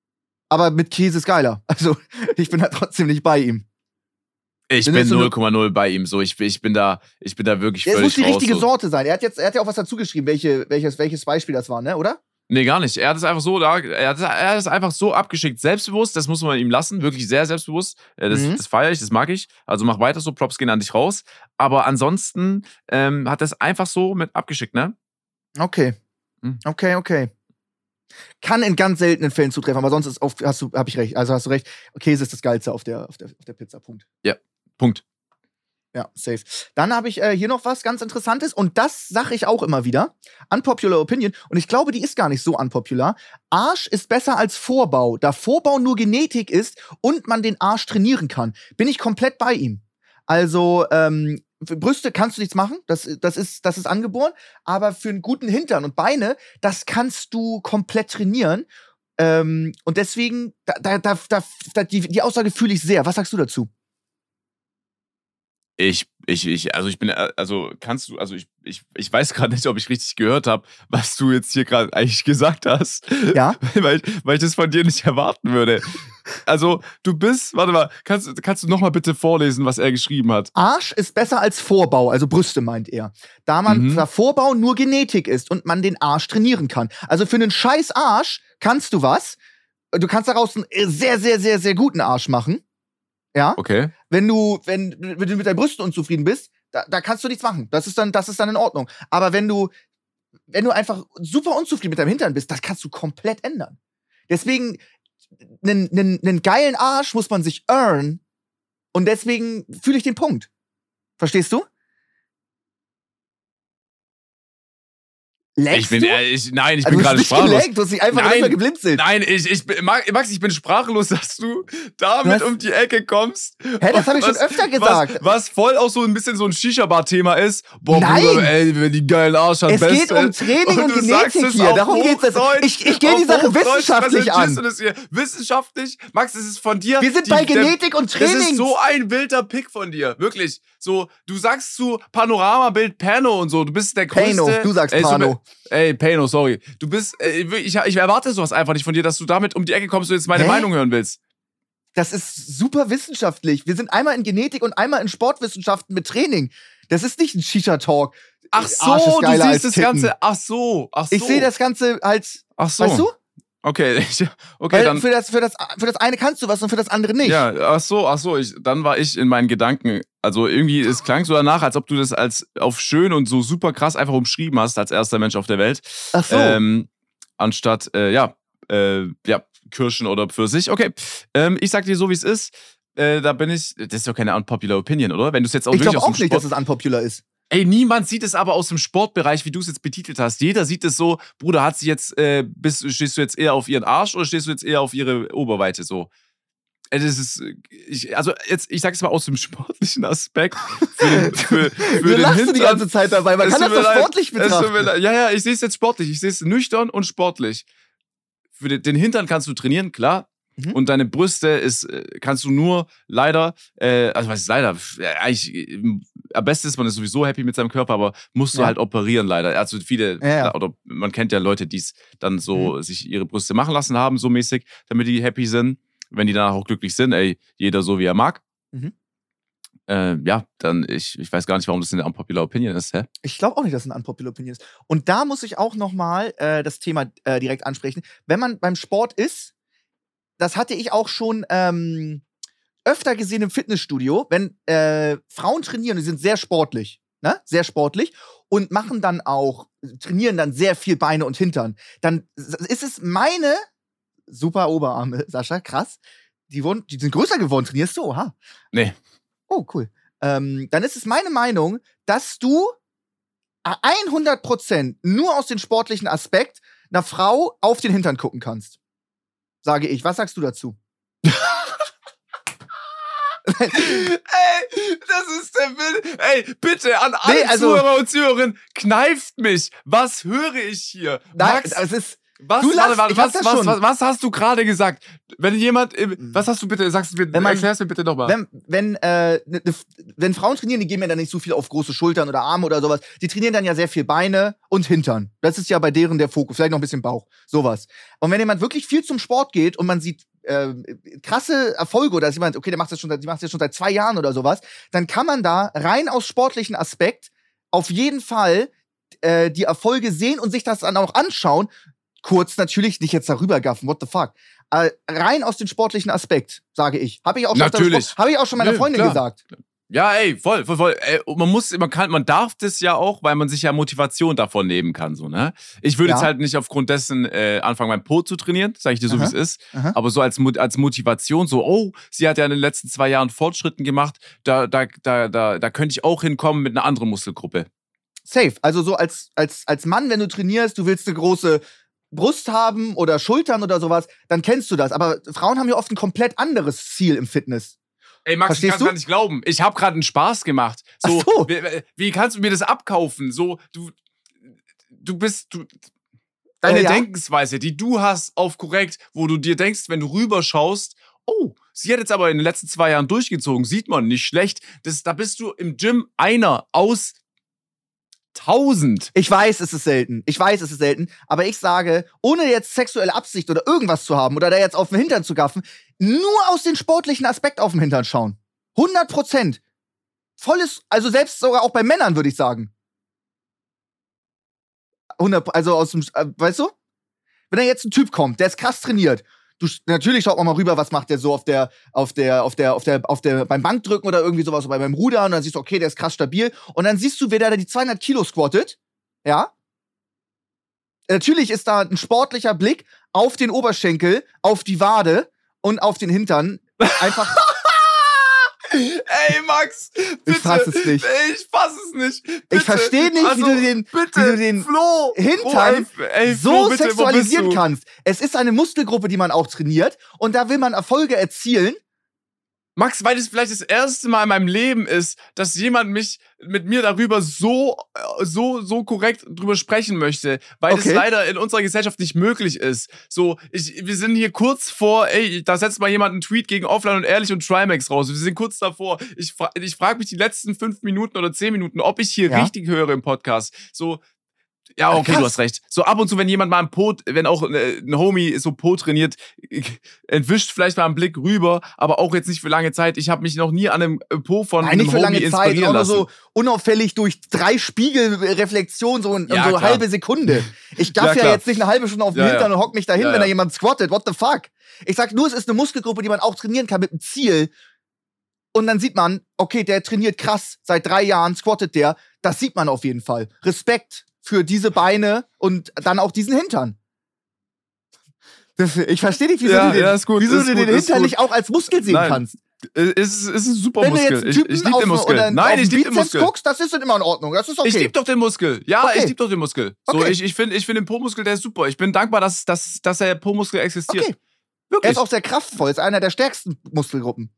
Aber mit Käse ist geiler. Also, ich bin da trotzdem nicht bei ihm. Ich Wenn bin jetzt so eine- null Komma null bei ihm. So, ich, ich, bin da, ich bin da wirklich Ja, es völlig muss die raus. richtige so. Sorte sein. Er hat jetzt, er hat ja auch was dazu geschrieben, welche, welches, welches Beispiel das war, ne, oder? Nee, gar nicht. Er hat es einfach so, da- er hat, er hat es einfach so abgeschickt. Selbstbewusst, das muss man ihm lassen. Wirklich sehr selbstbewusst. Äh, Das, Mhm. das feiere ich, das mag ich. Also mach weiter so, Props gehen an dich raus. Aber ansonsten ähm, hat er es einfach so mit abgeschickt, ne? Okay. Mhm. Okay, okay. Kann in ganz seltenen Fällen zutreffen, aber sonst ist auf, hast du, hab ich recht. Also hast du recht. Käse ist das Geilste auf der, auf der, auf der Pizza. Punkt. Punkt. Ja, safe. Dann habe ich äh, hier noch was ganz Interessantes und das sage ich auch immer wieder. Unpopular Opinion. Und ich glaube, die ist gar nicht so unpopular. Arsch ist besser als Vorbau, da Vorbau nur Genetik ist und man den Arsch trainieren kann. Bin ich komplett bei ihm. Also, ähm, für Brüste kannst du nichts machen, das, das, ist, das ist angeboren, aber für einen guten Hintern und Beine, das kannst du komplett trainieren. Ähm, und deswegen, da, da, da, da, da, die, die Aussage fühle ich sehr. Was sagst du dazu? Ich, ich, ich, also ich bin, äh, also kannst du, also ich, ich, ich weiß gerade nicht, ob ich richtig gehört habe, was du jetzt hier gerade eigentlich gesagt hast. Ja? weil, ich, weil ich das von dir nicht erwarten würde. Also, du bist, warte mal, kannst, kannst du nochmal bitte vorlesen, was er geschrieben hat? Arsch ist besser als Vorbau, also Brüste meint er. Da man Mhm. da Vorbau nur Genetik ist und man den Arsch trainieren kann. Also für einen scheiß Arsch kannst du was. Du kannst daraus einen sehr, sehr, sehr, sehr guten Arsch machen. Ja? Okay. Wenn du, wenn, wenn du mit deinen Brüsten unzufrieden bist, da, da kannst du nichts machen. Das ist dann, das ist dann in Ordnung. Aber wenn du, wenn du einfach super unzufrieden mit deinem Hintern bist, das kannst du komplett ändern. Deswegen, einen, einen, einen geilen Arsch muss man sich earn. Und deswegen fühle ich den Punkt. Verstehst du? Leckst Ich bin, du? äh, ich, nein, ich Also bin du hast gerade nicht sprachlos. geleckt, du hast dich einfach Nein. immer geblinzelt. Nein, ich, ich bin, Max, Max, ich bin sprachlos, dass du damit Was? um die Ecke kommst. Hä, das habe ich schon Was- öfter gesagt. Was, was voll auch so ein bisschen so ein Shisha-Bar-Thema ist. Boah, Nein. Bruder, ey, wenn die geilen Arsch hat, Es geht Beste. um Training und du sagst Genetik es hier. auf Darum geht's jetzt. Hochdeutsch, Ich, ich gehe die auf Sache Hochdeutsch wissenschaftlich präsentierst an. du das hier. Wissenschaftlich? Max, es ist von dir. Wir sind die- bei der- Genetik und Das ist Training. so ein wilder Pick von dir. Wirklich. So, du sagst zu Panoramabild Pano und so. Du bist der größte. Pano, du sagst ey, so- Pano. Ey, Pano, sorry. Du bist, äh, ich, ich erwarte sowas einfach nicht von dir, dass du damit um die Ecke kommst und jetzt meine Hä? Meinung hören willst. Das ist super wissenschaftlich. Wir sind einmal in Genetik und einmal in Sportwissenschaften mit Training. Das ist nicht ein Shisha-Talk. Ach Arsch so, ist du geiler als siehst das Titten. Ganze. Ach so, ach so. Ich sehe das Ganze als, Ach so. weißt du? Okay, ich, okay, Weil dann. für, das, für, das, für das eine kannst du was und für das andere nicht. Ja, ach so, ach so, ich, dann war ich in meinen Gedanken. Also irgendwie, es klang so danach, als ob du das als auf schön und so super krass einfach umschrieben hast, als erster Mensch auf der Welt. Ach so. Ähm, anstatt, äh, ja, äh, ja, Kirschen oder Pfirsich. Okay, ähm, ich sag dir so, wie es ist. Äh, da bin ich, das ist doch keine unpopular Opinion, oder? Wenn du es jetzt auch ich wirklich glaube aus auch dem nicht, Sport dass es unpopular ist. Ey, niemand sieht es aber aus dem Sportbereich, wie du es jetzt betitelt hast. Jeder sieht es so, Bruder, hat sie jetzt, äh, bist, stehst du jetzt eher auf ihren Arsch oder stehst du jetzt eher auf ihre Oberweite so? Das ist, ich, also jetzt, ich sag's mal aus dem sportlichen Aspekt. Für, für, für du den lachst Hintern, die ganze Zeit dabei, man kann das doch sportlich betrachten. Ja, ja, ich sehe es jetzt sportlich. Ich sehe es nüchtern und sportlich. Für den, den Hintern kannst du trainieren, klar. Mhm. Und deine Brüste ist, kannst du nur leider, äh, also was ist leider, eigentlich, am besten ist man ist sowieso happy mit seinem Körper, aber musst du ja. halt operieren leider. Also viele, ja, ja. oder man kennt ja Leute, die es dann so mhm. sich ihre Brüste machen lassen haben, so mäßig, damit die happy sind. Wenn die danach auch glücklich sind, ey, jeder so wie er mag. Mhm. Äh, ja, dann, ich, ich weiß gar nicht, warum das eine unpopular Opinion ist, hä? Ich glaube auch nicht, dass es eine unpopular Opinion ist. Und da muss ich auch nochmal äh, das Thema äh, direkt ansprechen. Wenn man beim Sport ist, das hatte ich auch schon ähm, öfter gesehen im Fitnessstudio, wenn äh, Frauen trainieren, die sind sehr sportlich, ne? Sehr sportlich und machen dann auch, trainieren dann sehr viel Beine und Hintern. Dann ist es meine super Oberarme, Sascha, krass. Die, wurden, die sind größer geworden, trainierst du? Oha. Nee. Oh, cool. Ähm, dann ist es meine Meinung, dass du hundert Prozent nur aus dem sportlichen Aspekt einer Frau auf den Hintern gucken kannst. Sage ich. Was sagst du dazu? Ey, das ist der Bild. Ey, bitte an alle nee, also, Zuhörer und Zuhörerinnen, kneift mich. Was höre ich hier? Max, nein, es ist... Was, du warte, warte, was, was, was, was, was hast du gerade gesagt? Wenn jemand, was hast du bitte, sagst du mir, erklär's mir bitte nochmal. Wenn, wenn, äh, ne, ne, wenn Frauen trainieren, die gehen ja dann nicht so viel auf große Schultern oder Arme oder sowas. Die trainieren dann ja sehr viel Beine und Hintern. Das ist ja bei deren der Fokus. Vielleicht noch ein bisschen Bauch. Sowas. Und wenn jemand wirklich viel zum Sport geht und man sieht äh, krasse Erfolge oder dass jemand, okay, der macht das schon, die macht das jetzt schon seit zwei Jahren oder sowas, dann kann man da rein aus sportlichen Aspekt auf jeden Fall äh, die Erfolge sehen und sich das dann auch anschauen. Kurz natürlich, nicht jetzt darüber gaffen, what the fuck. Äh, rein aus dem sportlichen Aspekt, sage ich. Habe ich auch schon, hab ich auch schon meiner Nö, Freundin klar. gesagt. Ja, ey, voll, voll, voll. Ey, man muss, man kann, man darf das ja auch, weil man sich ja Motivation davon nehmen kann, so, ne? Ich würde ja. jetzt halt nicht aufgrund dessen äh, anfangen, mein Po zu trainieren, sage ich dir so, wie es ist. Aha. Aber so als, als Motivation, so, oh, sie hat ja in den letzten zwei Jahren Fortschritten gemacht, da, da, da, da, da könnte ich auch hinkommen mit einer anderen Muskelgruppe. Safe. Also so als, als, als Mann, wenn du trainierst, du willst eine große Brust haben oder Schultern oder sowas, dann kennst du das. Aber Frauen haben ja oft ein komplett anderes Ziel im Fitness. Ey, Max, Verstehst ich kann gar nicht glauben. Ich habe gerade einen Spaß gemacht. So, Ach so. Wie, wie kannst du mir das abkaufen? So, du, du bist, du, deine äh, ja. Denkensweise, die du hast auf korrekt, wo du dir denkst, wenn du rüberschaust, oh, sie hat jetzt aber in den letzten zwei Jahren durchgezogen, sieht man, nicht schlecht. Das, da bist du im Gym einer aus tausend. Ich weiß, es ist selten. Ich weiß, es ist selten. Aber ich sage, ohne jetzt sexuelle Absicht oder irgendwas zu haben oder da jetzt auf den Hintern zu gaffen, nur aus dem sportlichen Aspekt auf den Hintern schauen. hundert Prozent. Volles, also selbst sogar auch bei Männern, würde ich sagen. hundert, also aus dem, äh, weißt du? Wenn da jetzt ein Typ kommt, der ist krass trainiert, du, natürlich schaut man mal rüber, was macht der so auf der, auf der, auf der, auf der, auf der, beim Bankdrücken oder irgendwie sowas, oder beim Rudern, und dann siehst du, okay, der ist krass stabil, und dann siehst du, wer da die zweihundert Kilo squattet, ja? Natürlich ist da ein sportlicher Blick auf den Oberschenkel, auf die Wade und auf den Hintern. Einfach. Ey, Max, bitte. Ich fass es nicht. Ich fass es nicht. Bitte. Ich verstehe nicht, also, wie du den, bitte, wie du den Flo, Hintern Flo, ey, ey, Flo, so bitte, sexualisieren kannst. Es ist eine Muskelgruppe, die man auch trainiert, und da will man Erfolge erzielen. Max, weil es vielleicht das erste Mal in meinem Leben ist, dass jemand mich mit mir darüber so, so, so korrekt drüber sprechen möchte, weil okay. es leider in unserer Gesellschaft nicht möglich ist. So, ich, wir sind hier kurz vor, ey, da setzt mal jemand einen Tweet gegen Offline und Ehrlich und Trimax raus. Wir sind kurz davor. Ich, fra- ich frage mich die letzten fünf Minuten oder zehn Minuten, ob ich hier ja. richtig höre im Podcast. So, ja, okay, Ach, du hast recht. So ab und zu, wenn jemand mal ein Po, wenn auch ein Homie so Po trainiert, entwischt vielleicht mal einen Blick rüber, aber auch jetzt nicht für lange Zeit. Ich habe mich noch nie an einem Po von Nein, einem nicht für Homie lange inspirieren Zeit, lassen. so unauffällig durch drei Spiegelreflexionen, so, in, ja, so eine klar. halbe Sekunde. Ich darf ja, ja jetzt nicht eine halbe Stunde auf den ja, Hintern ja. und hock mich dahin, ja, wenn da ja. jemand squattet. What the fuck? Ich sag nur, es ist eine Muskelgruppe, die man auch trainieren kann mit einem Ziel. Und dann sieht man, okay, der trainiert krass, seit drei Jahren squattet der. Das sieht man auf jeden Fall. Respekt für diese Beine und dann auch diesen Hintern. Das, ich verstehe nicht, wieso ja, du den, ja, ist gut, wieso ist du gut, den ist Hintern gut. nicht auch als Muskel sehen Nein. kannst. Es ist, es ist ein super Wenn du Muskel. jetzt einen Ich, Typen ich liebe den auf, Muskel. oder Nein, auf ich liebe Bizeps den Muskel. guckst, das ist immer in Ordnung. Das ist okay. Ich liebe doch den Muskel. Ja, okay. ich liebe doch den Muskel. So, okay. ich, ich finde ich find den Po-Muskel, der ist super. Ich bin dankbar, dass, dass, dass der Po-Muskel existiert. Okay. Wirklich? Er ist auch sehr kraftvoll, ist einer der stärksten Muskelgruppen.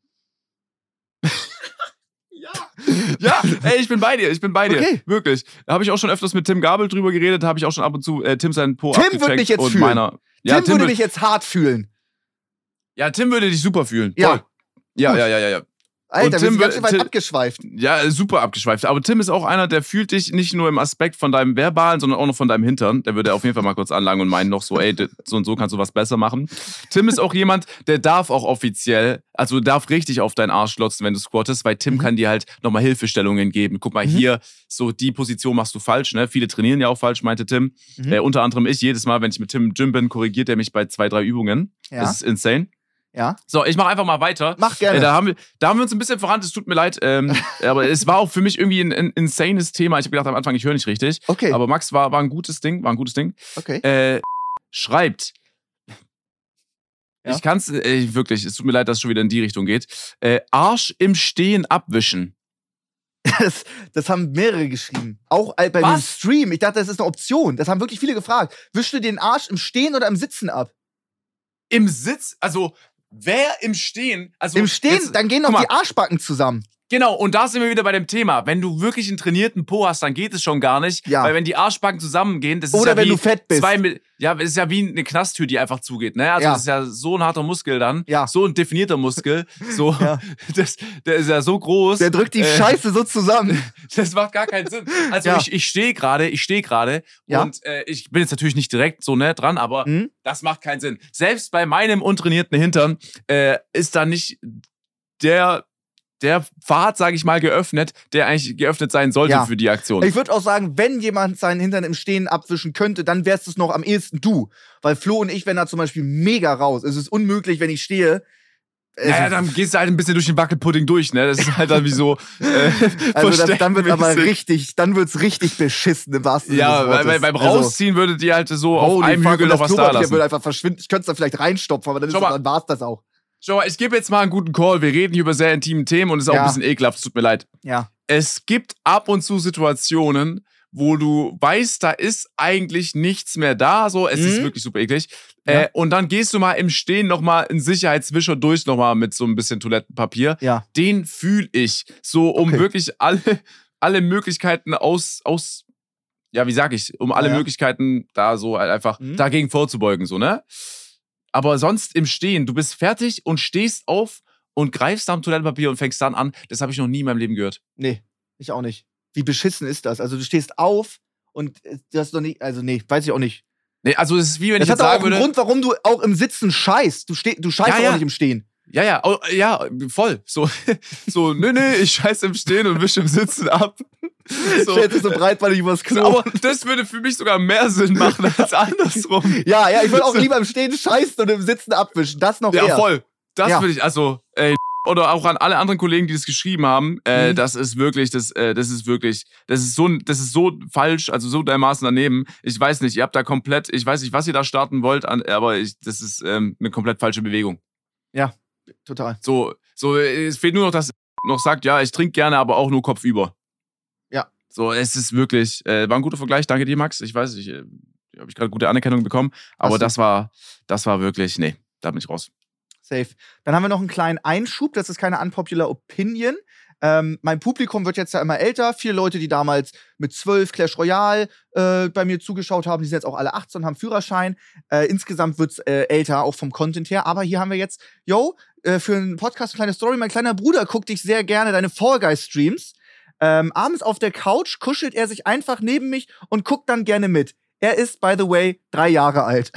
Ja. Ja, ey, ich bin bei dir, ich bin bei dir. Okay. Wirklich. Da habe ich auch schon öfters mit Tim Gabel drüber geredet, habe ich auch schon ab und zu äh, Tim seinen Po Tim abgecheckt. Tim würde mich jetzt und fühlen. Meiner, ja, Tim, Tim würde würd, dich jetzt hart fühlen. Ja, Tim würde dich super fühlen. Ja. Voll. Ja, ja, ja, ja, ja. Alter, und wir Tim sind ganz schön weit Tim, abgeschweift. Ja, super abgeschweift. Aber Tim ist auch einer, der fühlt dich nicht nur im Aspekt von deinem Verbalen, sondern auch noch von deinem Hintern. Der würde auf jeden Fall mal kurz anlangen und meinen noch so, ey, so und so kannst du was besser machen. Tim ist auch jemand, der darf auch offiziell, also darf richtig auf deinen Arsch glotzen, wenn du squattest, weil Tim mhm. kann dir halt nochmal Hilfestellungen geben. Guck mal, mhm. hier, so die Position machst du falsch, ne? Viele trainieren ja auch falsch, meinte Tim. Mhm. Äh, unter anderem ich, jedes Mal, wenn ich mit Tim im Gym bin, korrigiert er mich bei zwei, drei Übungen. Ja. Das ist insane. Ja. So, ich mache einfach mal weiter. Mach gerne. Äh, da, haben wir, da haben wir uns ein bisschen verrannt, es tut mir leid. Ähm, aber es war auch für mich irgendwie ein, ein insanes Thema. Ich habe gedacht am Anfang, ich höre nicht richtig. Okay. Aber Max war, war ein gutes Ding, war ein gutes Ding. Okay. Äh, schreibt. Ja? Ich kann's, äh, wirklich, es tut mir leid, dass es schon wieder in die Richtung geht. Äh, Arsch im Stehen abwischen. Das, das haben mehrere geschrieben. Auch bei Was? dem Stream. Ich dachte, das ist eine Option. Das haben wirklich viele gefragt. Wischst du den Arsch im Stehen oder im Sitzen ab? Im Sitz? Also, wer im Stehen? Also Im Stehen, jetzt, dann gehen noch die Arschbacken zusammen. Genau, und da sind wir wieder bei dem Thema. Wenn du wirklich einen trainierten Po hast, dann geht es schon gar nicht. Ja. Weil wenn die Arschbacken zusammengehen, das ist Oder ja wenn wie du fett bist. Zwei, ja, es ist ja wie eine Knasttür, die einfach zugeht. Ne? Also ja. das ist ja so ein harter Muskel dann. Ja. So ein definierter Muskel. So, ja. das, der ist ja so groß. Der drückt die äh, Scheiße so zusammen. Das macht gar keinen Sinn. Also ja. ich, ich stehe gerade, ich stehe gerade ja. und äh, ich bin jetzt natürlich nicht direkt so ne, dran, aber mhm. das macht keinen Sinn. Selbst bei meinem untrainierten Hintern äh, ist da nicht der der Pfad, sage ich mal, geöffnet, der eigentlich geöffnet sein sollte ja. für die Aktion. Ich würde auch sagen, wenn jemand seinen Hintern im Stehen abwischen könnte, dann wärst es noch am ehesten du. Weil Flo und ich wären da zum Beispiel mega raus. Es ist unmöglich, wenn ich stehe. Naja, dann gehst du halt ein bisschen durch den Wackelpudding durch, ne? Das ist halt dann wie so. Äh, also das, dann wird aber richtig, dann wird's richtig beschissen im wahrsten Sinne ja, des Wortes. weil beim Rausziehen also, würdet ihr halt so auf einem fuck, Hügel noch was da lassen. Würde einfach verschwinden. Ich könnte es da vielleicht reinstopfen, aber dann, ist das, dann war's das auch. Schau mal, ich gebe jetzt mal einen guten Call. Wir reden hier über sehr intime Themen und es ist auch ja. ein bisschen ekelhaft. Es tut mir leid. Ja. Es gibt ab und zu Situationen, wo du weißt, da ist eigentlich nichts mehr da. So, es mhm. ist wirklich super eklig. Ja. Äh, und dann gehst du mal im Stehen nochmal einen Sicherheitswischer durch, nochmal mit so ein bisschen Toilettenpapier. Ja. Den fühle ich. So, um okay. wirklich alle, alle Möglichkeiten aus, aus, ja, wie sag ich, um alle ja. Möglichkeiten da so halt einfach mhm. dagegen vorzubeugen, so, ne? Aber sonst im Stehen, du bist fertig und stehst auf und greifst nach dem Toilettenpapier und fängst dann an. Das habe ich noch nie in meinem Leben gehört. Nee, ich auch nicht. Wie beschissen ist das? Also du stehst auf und du hast doch nicht, also nee, weiß ich auch nicht. Nee, also es ist wie wenn das ich jetzt sagen sagen würde... Das würde... hat auch einen Grund, warum du auch im Sitzen scheißt. Du, steh, du scheißt ja, ja. auch nicht im Stehen. Ja, ja, oh, ja, voll. So, so nö, nö, ich scheiße im Stehen und wische im Sitzen ab. So. Stellt sich so breitbeinig übers Klo. Aber das würde für mich sogar mehr Sinn machen als andersrum. Ja, ja, ich würde auch lieber im Stehen scheißen und im Sitzen abwischen. Das noch ja, eher. Ja, voll. Das ja. würde ich, also, ey, oder auch an alle anderen Kollegen, die das geschrieben haben, äh, mhm. das ist wirklich, das, äh, das ist wirklich, das ist so, das ist so falsch, also so dermaßen daneben. Ich weiß nicht, ihr habt da komplett, ich weiß nicht, was ihr da starten wollt, aber ich, das ist ähm, eine komplett falsche Bewegung. Ja, total. So, so, es fehlt nur noch, dass noch sagt, ja, ich trinke gerne, aber auch nur kopfüber. Ja. So, es ist wirklich, äh, war ein guter Vergleich, danke dir, Max. Ich weiß, ich äh, habe ich gerade gute Anerkennung bekommen, aber das war, das war wirklich, nee, da bin ich raus. Safe. Dann haben wir noch einen kleinen Einschub, das ist keine unpopular Opinion. Ähm, mein Publikum wird jetzt ja immer älter. Viele Leute, die damals mit zwölf Clash Royale äh, bei mir zugeschaut haben, die sind jetzt auch alle achtzehn und haben Führerschein. Äh, insgesamt wird's äh, älter, auch vom Content her. Aber hier haben wir jetzt, yo, äh, für einen Podcast eine kleine Story. Mein kleiner Bruder guckt dich sehr gerne deine Fall Guys Streams. Ähm, abends auf der Couch kuschelt er sich einfach neben mich und guckt dann gerne mit. Er ist, by the way, drei Jahre alt.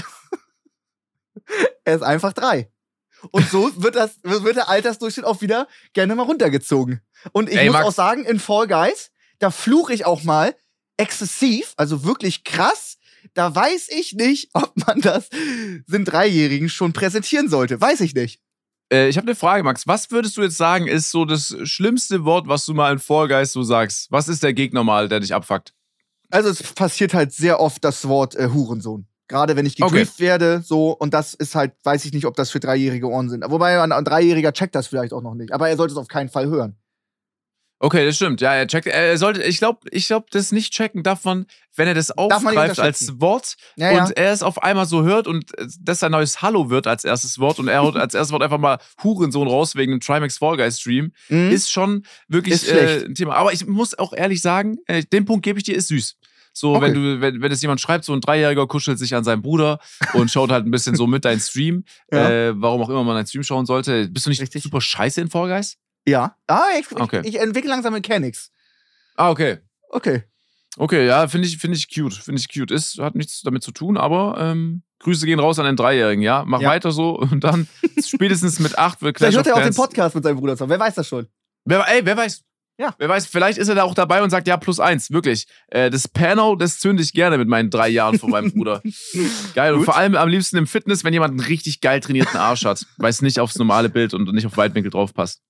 Er ist einfach drei. Und so wird, das, wird der Altersdurchschnitt auch wieder gerne mal runtergezogen. Und ich Ey, muss Max. auch sagen, in Fall Guys, da fluche ich auch mal exzessiv, also wirklich krass. Da weiß ich nicht, ob man das den Dreijährigen schon präsentieren sollte. Weiß ich nicht. Äh, ich habe eine Frage, Max. Was würdest du jetzt sagen, ist so das schlimmste Wort, was du mal in Fall Guys so sagst? Was ist der Gegner mal, der dich abfuckt? Also es passiert halt sehr oft das Wort äh, Hurensohn. Gerade wenn ich gegrieft okay. werde, so, und das ist halt, weiß ich nicht, ob das für dreijährige Ohren sind. Wobei ein, ein Dreijähriger checkt das vielleicht auch noch nicht. Aber er sollte es auf keinen Fall hören. Okay, das stimmt. Ja, er checkt. Er sollte, ich glaube, ich glaube, das nicht checken darf man, wenn er das Darf man nicht aufgreift als unterschätzen. Wort Ja, und ja. er es auf einmal so hört und das sein neues Hallo wird als erstes Wort und er haut als erstes Wort einfach mal Hurensohn raus wegen dem Trimax Fall Guys Stream, Mhm. ist schon wirklich Ist äh, schlecht. ein Thema. Aber ich muss auch ehrlich sagen, äh, den Punkt gebe ich dir, ist süß. So, Okay. wenn du, wenn, wenn es jemand schreibt, so ein Dreijähriger kuschelt sich an seinen Bruder und schaut halt ein bisschen so mit deinen Stream, Ja. äh, warum auch immer man deinen Stream schauen sollte. Bist du nicht Richtig. super scheiße in Fall Guys? Ja. Ah, ich, Okay. ich, ich entwickle langsam Mechanics. Ah, okay. Okay. Okay, ja, finde ich, finde ich cute. Finde ich cute. Ist, hat nichts damit zu tun, aber ähm, Grüße gehen raus an den Dreijährigen, ja? Mach Ja. weiter so und dann spätestens mit acht wird Clash Vielleicht of hört er auch den Clans. Podcast mit seinem Bruder zusammen. Wer weiß das schon? Wer, ey, wer weiß? Ja. Wer weiß, vielleicht ist er da auch dabei und sagt, ja, plus eins, wirklich. Äh, das Pano, das zünde ich gerne mit meinen drei Jahren von meinem Bruder. Geil. Und Gut. vor allem am liebsten im Fitness, wenn jemand einen richtig geil trainierten Arsch hat, weil es nicht aufs normale Bild und nicht auf Weitwinkel drauf passt.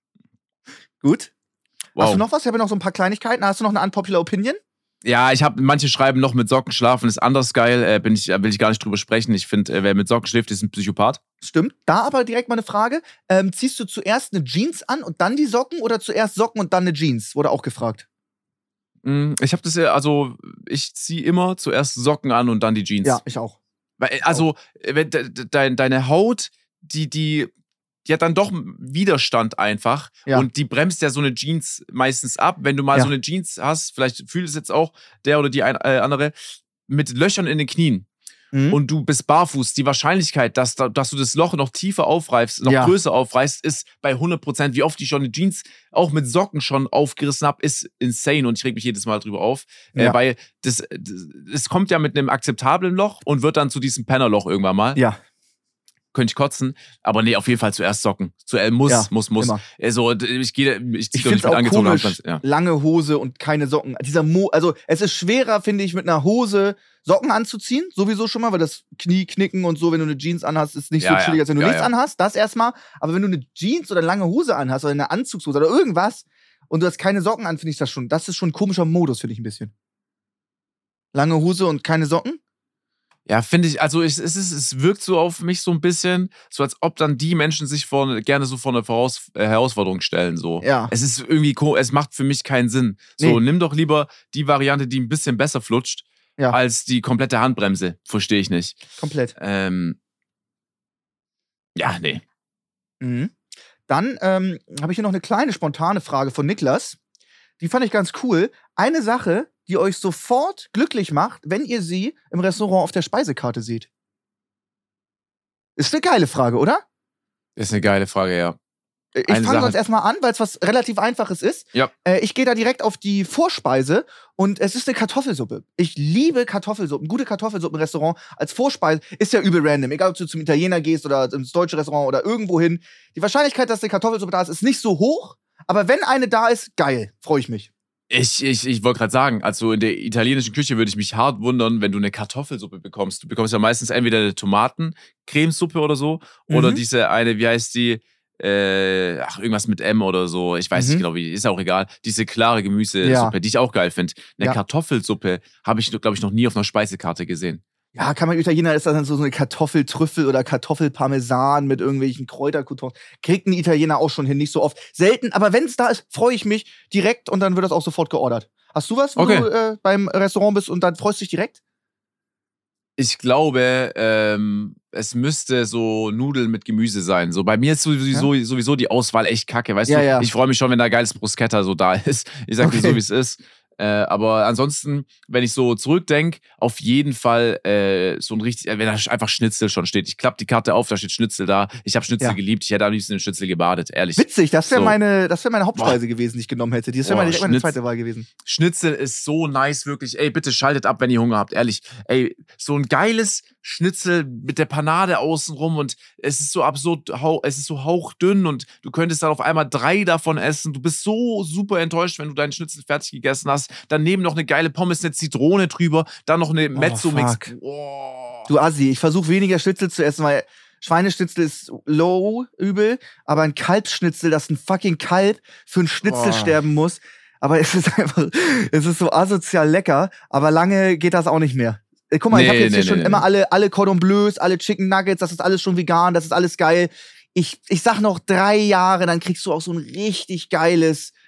Gut. Wow. Hast du noch was? Ich habe noch so ein paar Kleinigkeiten. Hast du noch eine unpopular Opinion? Ja, ich habe manche schreiben noch mit Socken schlafen ist anders geil, äh, bin ich, will ich gar nicht drüber sprechen. Ich finde, äh, wer mit Socken schläft, ist ein Psychopath. Stimmt. Da aber direkt mal eine Frage. Ähm, ziehst du zuerst eine Jeans an und dann die Socken oder zuerst Socken und dann eine Jeans? Wurde auch gefragt. Mm, Ich habe das ja, also ich ziehe immer zuerst Socken an und dann die Jeans. Ja, ich auch. Weil, also, wenn de, de, dein, deine Haut, die, die, die hat dann doch Widerstand einfach. Ja. Und die bremst ja so eine Jeans meistens ab. Wenn du mal Ja. so eine Jeans hast, vielleicht fühlt es jetzt auch der oder die ein, äh, andere, mit Löchern in den Knien. Mhm. Und du bist barfuß, die Wahrscheinlichkeit, dass, da- dass du das Loch noch tiefer aufreifst, noch Ja. größer aufreißt, ist bei hundert Prozent. Wie oft ich schon eine Jeans auch mit Socken schon aufgerissen habe, ist insane und ich reg mich jedes Mal drüber auf. Äh, Ja. weil das, das, es kommt ja mit einem akzeptablen Loch und wird dann zu diesem Pennerloch irgendwann mal. Ja, Könnte ich kotzen. Aber nee, auf jeden Fall zuerst Socken. Zu, äh, muss, Ja, muss, muss. immer. Also, ich gehe, ich zieh ich doch finde nicht es mit auch angezogenem komisch, Hemd. Ja. lange Hose und keine Socken. Dieser Mo also es ist schwerer, finde ich, mit einer Hose Socken anzuziehen, sowieso schon mal, weil das Knie knicken und so, wenn du eine Jeans anhast, ist nicht Ja, so ja. chillig, als wenn du Ja, nichts ja. anhast, das erstmal. Aber wenn du eine Jeans oder eine lange Hose anhast oder eine Anzugshose oder irgendwas und du hast keine Socken an, finde ich das schon, das ist schon ein komischer Modus, finde ich ein bisschen. Lange Hose und keine Socken? Ja, finde ich, also ich, es, ist, es wirkt so auf mich so ein bisschen, so als ob dann die Menschen sich vor, gerne so vor eine Voraus, äh, Herausforderung stellen. So. Ja. Es ist irgendwie, ko- es macht für mich keinen Sinn. So, Nee. nimm doch lieber die Variante, die ein bisschen besser flutscht, Ja. als die komplette Handbremse. Verstehe ich nicht. Komplett. Ähm, ja, nee. Mhm. Dann ähm, habe ich hier noch eine kleine spontane Frage von Niklas. Die fand ich ganz cool. Eine Sache, die euch sofort glücklich macht, wenn ihr sie im Restaurant auf der Speisekarte seht. Ist eine geile Frage, oder? Ist eine geile Frage, ja. Ich Eine fange Sache- sonst erstmal an, weil es was relativ Einfaches ist. Ja. Äh, ich gehe da direkt auf die Vorspeise und es ist eine Kartoffelsuppe. Ich liebe Kartoffelsuppen. Gute Kartoffelsuppen im Restaurant als Vorspeise ist ja übel random. Egal, ob du zum Italiener gehst oder ins deutsche Restaurant oder irgendwo hin. Die Wahrscheinlichkeit, dass eine Kartoffelsuppe da ist, ist nicht so hoch. Aber wenn eine da ist, geil. Freue ich mich. Ich, ich, ich wollte gerade sagen, also in der italienischen Küche würde ich mich hart wundern, wenn du eine Kartoffelsuppe bekommst. Du bekommst ja meistens entweder eine Tomatencremesuppe oder so, oder Mhm. diese eine, wie heißt die? Äh, ach, irgendwas mit M oder so. Ich weiß Mhm. nicht genau, wie, ist auch egal. Diese klare Gemüsesuppe, Ja. die ich auch geil finde. Eine Ja. Kartoffelsuppe habe ich, glaube ich, noch nie auf einer Speisekarte gesehen. Ja, kann man Italiener, ist das dann so eine Kartoffeltrüffel oder Kartoffelparmesan mit irgendwelchen Kräutercoutons. Kriegt ein Italiener auch schon hin, nicht so oft. Selten, aber wenn es da ist, freue ich mich direkt und dann wird das auch sofort geordert. Hast du was, wo Okay. du äh, beim Restaurant bist und dann freust du dich direkt? Ich glaube, ähm, es müsste so Nudeln mit Gemüse sein. So bei mir ist sowieso, sowieso die Auswahl echt kacke, weißt Ja, du? ja. Ich freue mich schon, wenn da geiles Bruschetta so da ist. Ich sag dir Okay. so, wie es ist. Äh, aber ansonsten, wenn ich so zurückdenke, auf jeden Fall äh, so ein richtig, äh, wenn da einfach Schnitzel schon steht. Ich klappe die Karte auf, da steht Schnitzel da. Ich habe Schnitzel Ja. geliebt. Ich hätte am liebsten in Schnitzel gebadet, ehrlich. Witzig, das wäre So. meine, das wär meine Hauptspeise gewesen, die ich genommen hätte. Das wäre Boah, meine, direkt meine Schnitz- zweite Wahl gewesen. Schnitzel ist so nice, wirklich. Ey, bitte schaltet ab, wenn ihr Hunger habt, ehrlich. Ey, so ein geiles Schnitzel mit der Panade außenrum und es ist so absurd, hau- es ist so hauchdünn und du könntest dann auf einmal drei davon essen. Du bist so super enttäuscht, wenn du deinen Schnitzel fertig gegessen hast. Daneben noch eine geile Pommes, eine Zitrone drüber, dann noch eine Mezzo-Mix. fuck. Oh. Du Assi, ich versuche weniger Schnitzel zu essen, weil Schweineschnitzel ist low, übel, aber ein Kalbsschnitzel, dass ein fucking Kalb für einen Schnitzel Oh. sterben muss. Aber es ist einfach, es ist so asozial lecker, aber lange geht das auch nicht mehr. Äh, Guck mal, ich Nee, habe jetzt nee, hier nee, schon nee. immer alle, alle Cordon Bleus, alle Chicken Nuggets, das ist alles schon vegan, das ist alles geil. Ich, ich sag noch drei Jahre, dann kriegst du auch so ein richtig geiles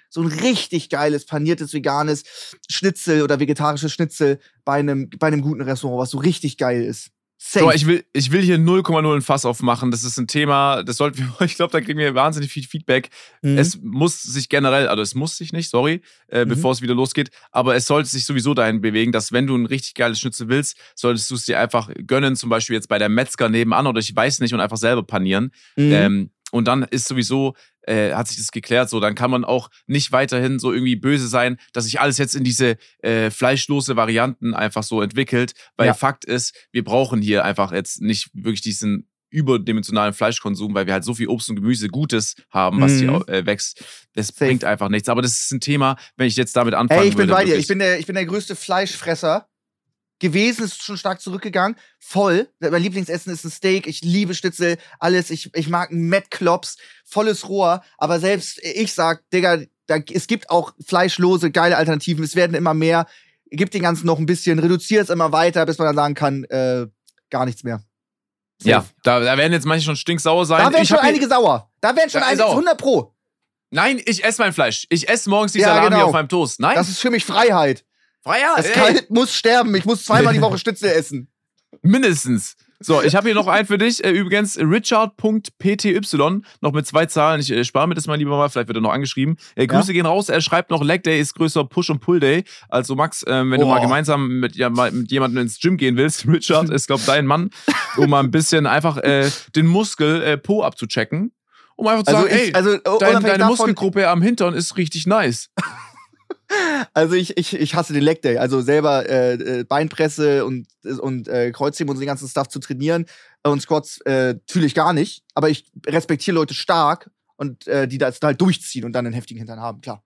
so ein richtig geiles, paniertes, veganes Schnitzel oder vegetarisches Schnitzel bei einem, bei einem guten Restaurant, was so richtig geil ist. Safe. So, ich will, ich will hier null Komma null ein Fass aufmachen. Das ist ein Thema, das sollten wir, ich glaube, da kriegen wir wahnsinnig viel Feedback. Mhm. Es muss sich generell, also es muss sich nicht, sorry, äh, mhm. bevor es wieder losgeht, aber es sollte sich sowieso dahin bewegen, dass wenn du ein richtig geiles Schnitzel willst, solltest du es dir einfach gönnen, zum Beispiel jetzt bei der Metzger nebenan oder ich weiß nicht und einfach selber panieren. Mhm. Ähm, und dann ist sowieso, äh, hat sich das geklärt, so, dann kann man auch nicht weiterhin so irgendwie böse sein, dass sich alles jetzt in diese äh, fleischlose Varianten einfach so entwickelt, weil ja. Fakt ist, wir brauchen hier einfach jetzt nicht wirklich diesen überdimensionalen Fleischkonsum, weil wir halt so viel Obst und Gemüse Gutes haben, was mhm. hier äh, wächst. Das Safe. Bringt einfach nichts. Aber das ist ein Thema, wenn ich jetzt damit anfangen würde. Ey, ich bin würde, bei dir. Ich bin, der, ich bin der größte Fleischfresser gewesen, ist schon stark zurückgegangen. Voll. Mein Lieblingsessen ist ein Steak. Ich liebe Schnitzel, alles. Ich, ich mag einen Mettklops, volles Rohr. Aber selbst ich sag, Digga, da, es gibt auch fleischlose, geile Alternativen. Es werden immer mehr. Gibt den Ganzen noch ein bisschen, reduziert es immer weiter, bis man dann sagen kann, äh, gar nichts mehr. So. Ja, da, da werden jetzt manche schon stinksauer sein. Da werden ich schon einige sauer. Da werden schon einige, hundert Pro. Nein, ich esse mein Fleisch. Ich esse morgens die ja, Salami genau. auf meinem Toast. Nein. Das ist für mich Freiheit. Freiheit? Das Kalt muss sterben. Ich muss zweimal die Woche Schnitzel essen. Mindestens. So, ich habe hier noch einen für dich. Äh, übrigens, richard Punkt p t y, noch mit zwei Zahlen. Ich äh, spare mir das mal lieber mal, vielleicht wird er noch angeschrieben. Äh, Grüße ja? gehen raus. Er schreibt noch, Leg Day ist größer Push- und Pull-Day. Also Max, äh, wenn oh. du mal gemeinsam mit, ja, mal mit jemandem ins Gym gehen willst, Richard ist, glaube ich, dein Mann, um mal ein bisschen einfach äh, den Muskel äh, Po abzuchecken. Um einfach zu also sagen, ich, ey, also, dein, deine Muskelgruppe am Hintern ist richtig nice. Also ich, ich, ich hasse den Leg Day. Also selber äh, Beinpresse und, und äh, Kreuzheben und so den ganzen Stuff zu trainieren und Squats äh, fühle ich gar nicht. Aber ich respektiere Leute stark und äh, die das halt durchziehen und dann einen heftigen Hintern haben, klar.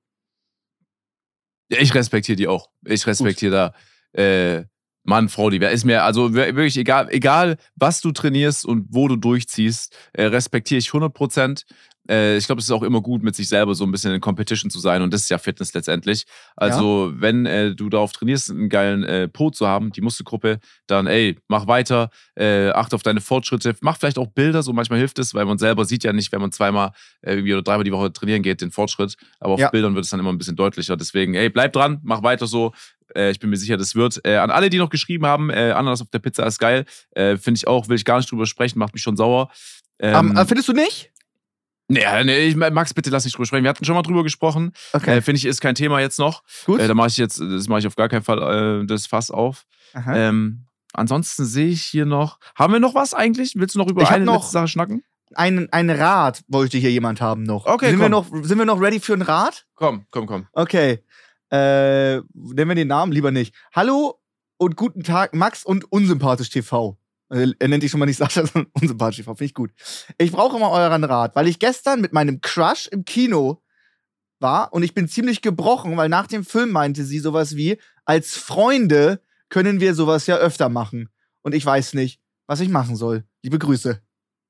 Ja, ich respektiere die auch. Ich respektiere da äh, Mann, Frau, die ist mir also wirklich egal, egal was du trainierst und wo du durchziehst, äh, respektiere ich hundert Prozent. Äh, ich glaube, es ist auch immer gut, mit sich selber so ein bisschen in Competition zu sein und das ist ja Fitness letztendlich. Also, ja. wenn äh, du darauf trainierst, einen geilen äh, Po zu haben, die Muskelgruppe, dann ey, mach weiter, äh, achte auf deine Fortschritte, mach vielleicht auch Bilder, so manchmal hilft es, weil man selber sieht ja nicht, wenn man zweimal äh, irgendwie oder dreimal die Woche trainieren geht, den Fortschritt, aber auf ja. Bildern wird es dann immer ein bisschen deutlicher. Deswegen, ey, bleib dran, mach weiter so. Äh, ich bin mir sicher, das wird. Äh, an alle, die noch geschrieben haben, äh, Ananas auf der Pizza ist geil, äh, finde ich auch, will ich gar nicht drüber sprechen, macht mich schon sauer. Ähm, um, findest du nicht? Nee, nee, Max, bitte lass nicht drüber sprechen. Wir hatten schon mal drüber gesprochen. Okay. Äh, finde ich, ist kein Thema jetzt noch. Gut. Äh, da mache ich jetzt, das mache ich auf gar keinen Fall äh, das Fass auf. Ähm, ansonsten sehe ich hier noch. Haben wir noch was eigentlich? Willst du noch über ich eine noch letzte Sache schnacken? Ein, ein Rat wollte hier jemand haben noch. Okay, sind komm. wir noch. Sind wir noch ready für ein Rat? Komm, komm, komm. Okay. Äh, nennen wir den Namen lieber nicht. Hallo und guten Tag, Max und Unsympathisch T V. Er nennt dich schon mal nicht Sascha, sondern Unsympathisch T V. Finde ich gut. Ich brauche mal euren Rat, weil ich gestern mit meinem Crush im Kino war und ich bin ziemlich gebrochen, weil nach dem Film meinte sie sowas wie, als Freunde können wir sowas ja öfter machen. Und ich weiß nicht, was ich machen soll. Liebe Grüße.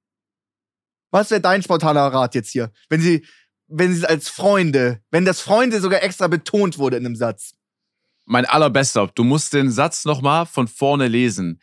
Was wäre dein spontaner Rat jetzt hier? Wenn sie, wenn sie als Freunde, wenn das Freunde sogar extra betont wurde in einem Satz. Mein allerbester, du musst den Satz nochmal von vorne lesen.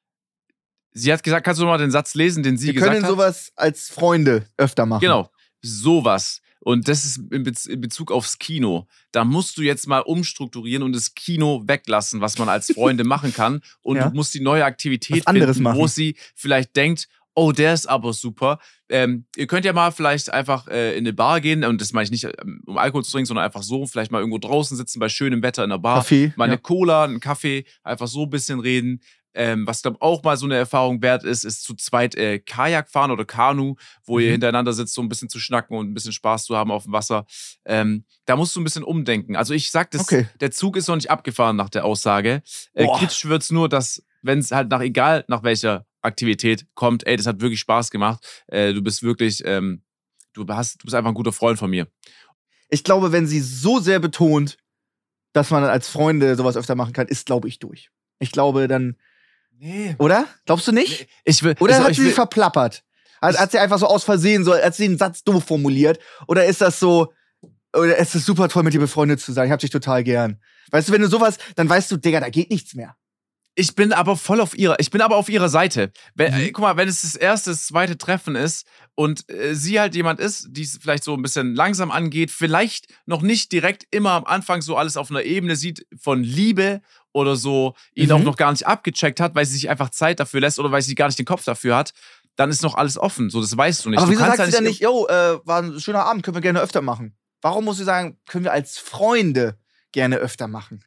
Sie hat gesagt, kannst du nochmal den Satz lesen, den sie Wir gesagt hat? Wir können sowas als Freunde öfter machen. Genau, sowas. Und das ist in Bezug aufs Kino. Da musst du jetzt mal umstrukturieren und das Kino weglassen, was man als Freunde machen kann. Und ja. du musst die neue Aktivität finden, machen. wo sie vielleicht denkt, oh, der ist aber super. Ähm, ihr könnt ja mal vielleicht einfach äh, in eine Bar gehen, und das meine ich nicht, um Alkohol zu trinken, sondern einfach so, vielleicht mal irgendwo draußen sitzen, bei schönem Wetter in der Bar. Kaffee, mal eine ja. Cola, einen Kaffee, einfach so ein bisschen reden. Ähm, was, glaube ich, auch mal so eine Erfahrung wert ist, ist zu zweit äh, Kajak fahren oder Kanu, wo mhm. ihr hintereinander sitzt, so ein bisschen zu schnacken und ein bisschen Spaß zu haben auf dem Wasser. Ähm, da musst du ein bisschen umdenken. Also ich sag, das, okay. der Zug ist noch nicht abgefahren nach der Aussage. Äh, kritisch wird's nur, dass, wenn es halt nach, egal nach welcher Aktivität kommt, ey, das hat wirklich Spaß gemacht. Äh, du bist wirklich, ähm, du, hast, du bist einfach ein guter Freund von mir. Ich glaube, wenn sie so sehr betont, dass man als Freunde sowas öfter machen kann, ist, glaube ich, durch. Ich glaube, dann Nee. Oder? Glaubst du nicht? Nee. Ich will, Oder ich, hat ich sie will, sich verplappert? Hat, hat sie einfach so aus Versehen, so, hat sie den Satz doof formuliert? Oder ist das so, oder ist es super toll, mit dir befreundet zu sein? Ich hab dich total gern. Weißt du, wenn du sowas, dann weißt du, Digga, da geht nichts mehr. Ich bin aber voll auf ihrer, ich bin aber auf ihrer Seite. Wenn, Mhm. äh, guck mal, wenn es das erste, das zweite Treffen ist und äh, sie halt jemand ist, die es vielleicht so ein bisschen langsam angeht, vielleicht noch nicht direkt immer am Anfang so alles auf einer Ebene sieht von Liebe oder so, ihn Mhm. auch noch gar nicht abgecheckt hat, weil sie sich einfach Zeit dafür lässt oder weil sie gar nicht den Kopf dafür hat, dann ist noch alles offen. So, das weißt du nicht. Aber du wieso kannst sagt sie ja dann nicht, yo, äh, war ein schöner Abend, können wir gerne öfter machen? Warum muss sie sagen, können wir als Freunde gerne öfter machen?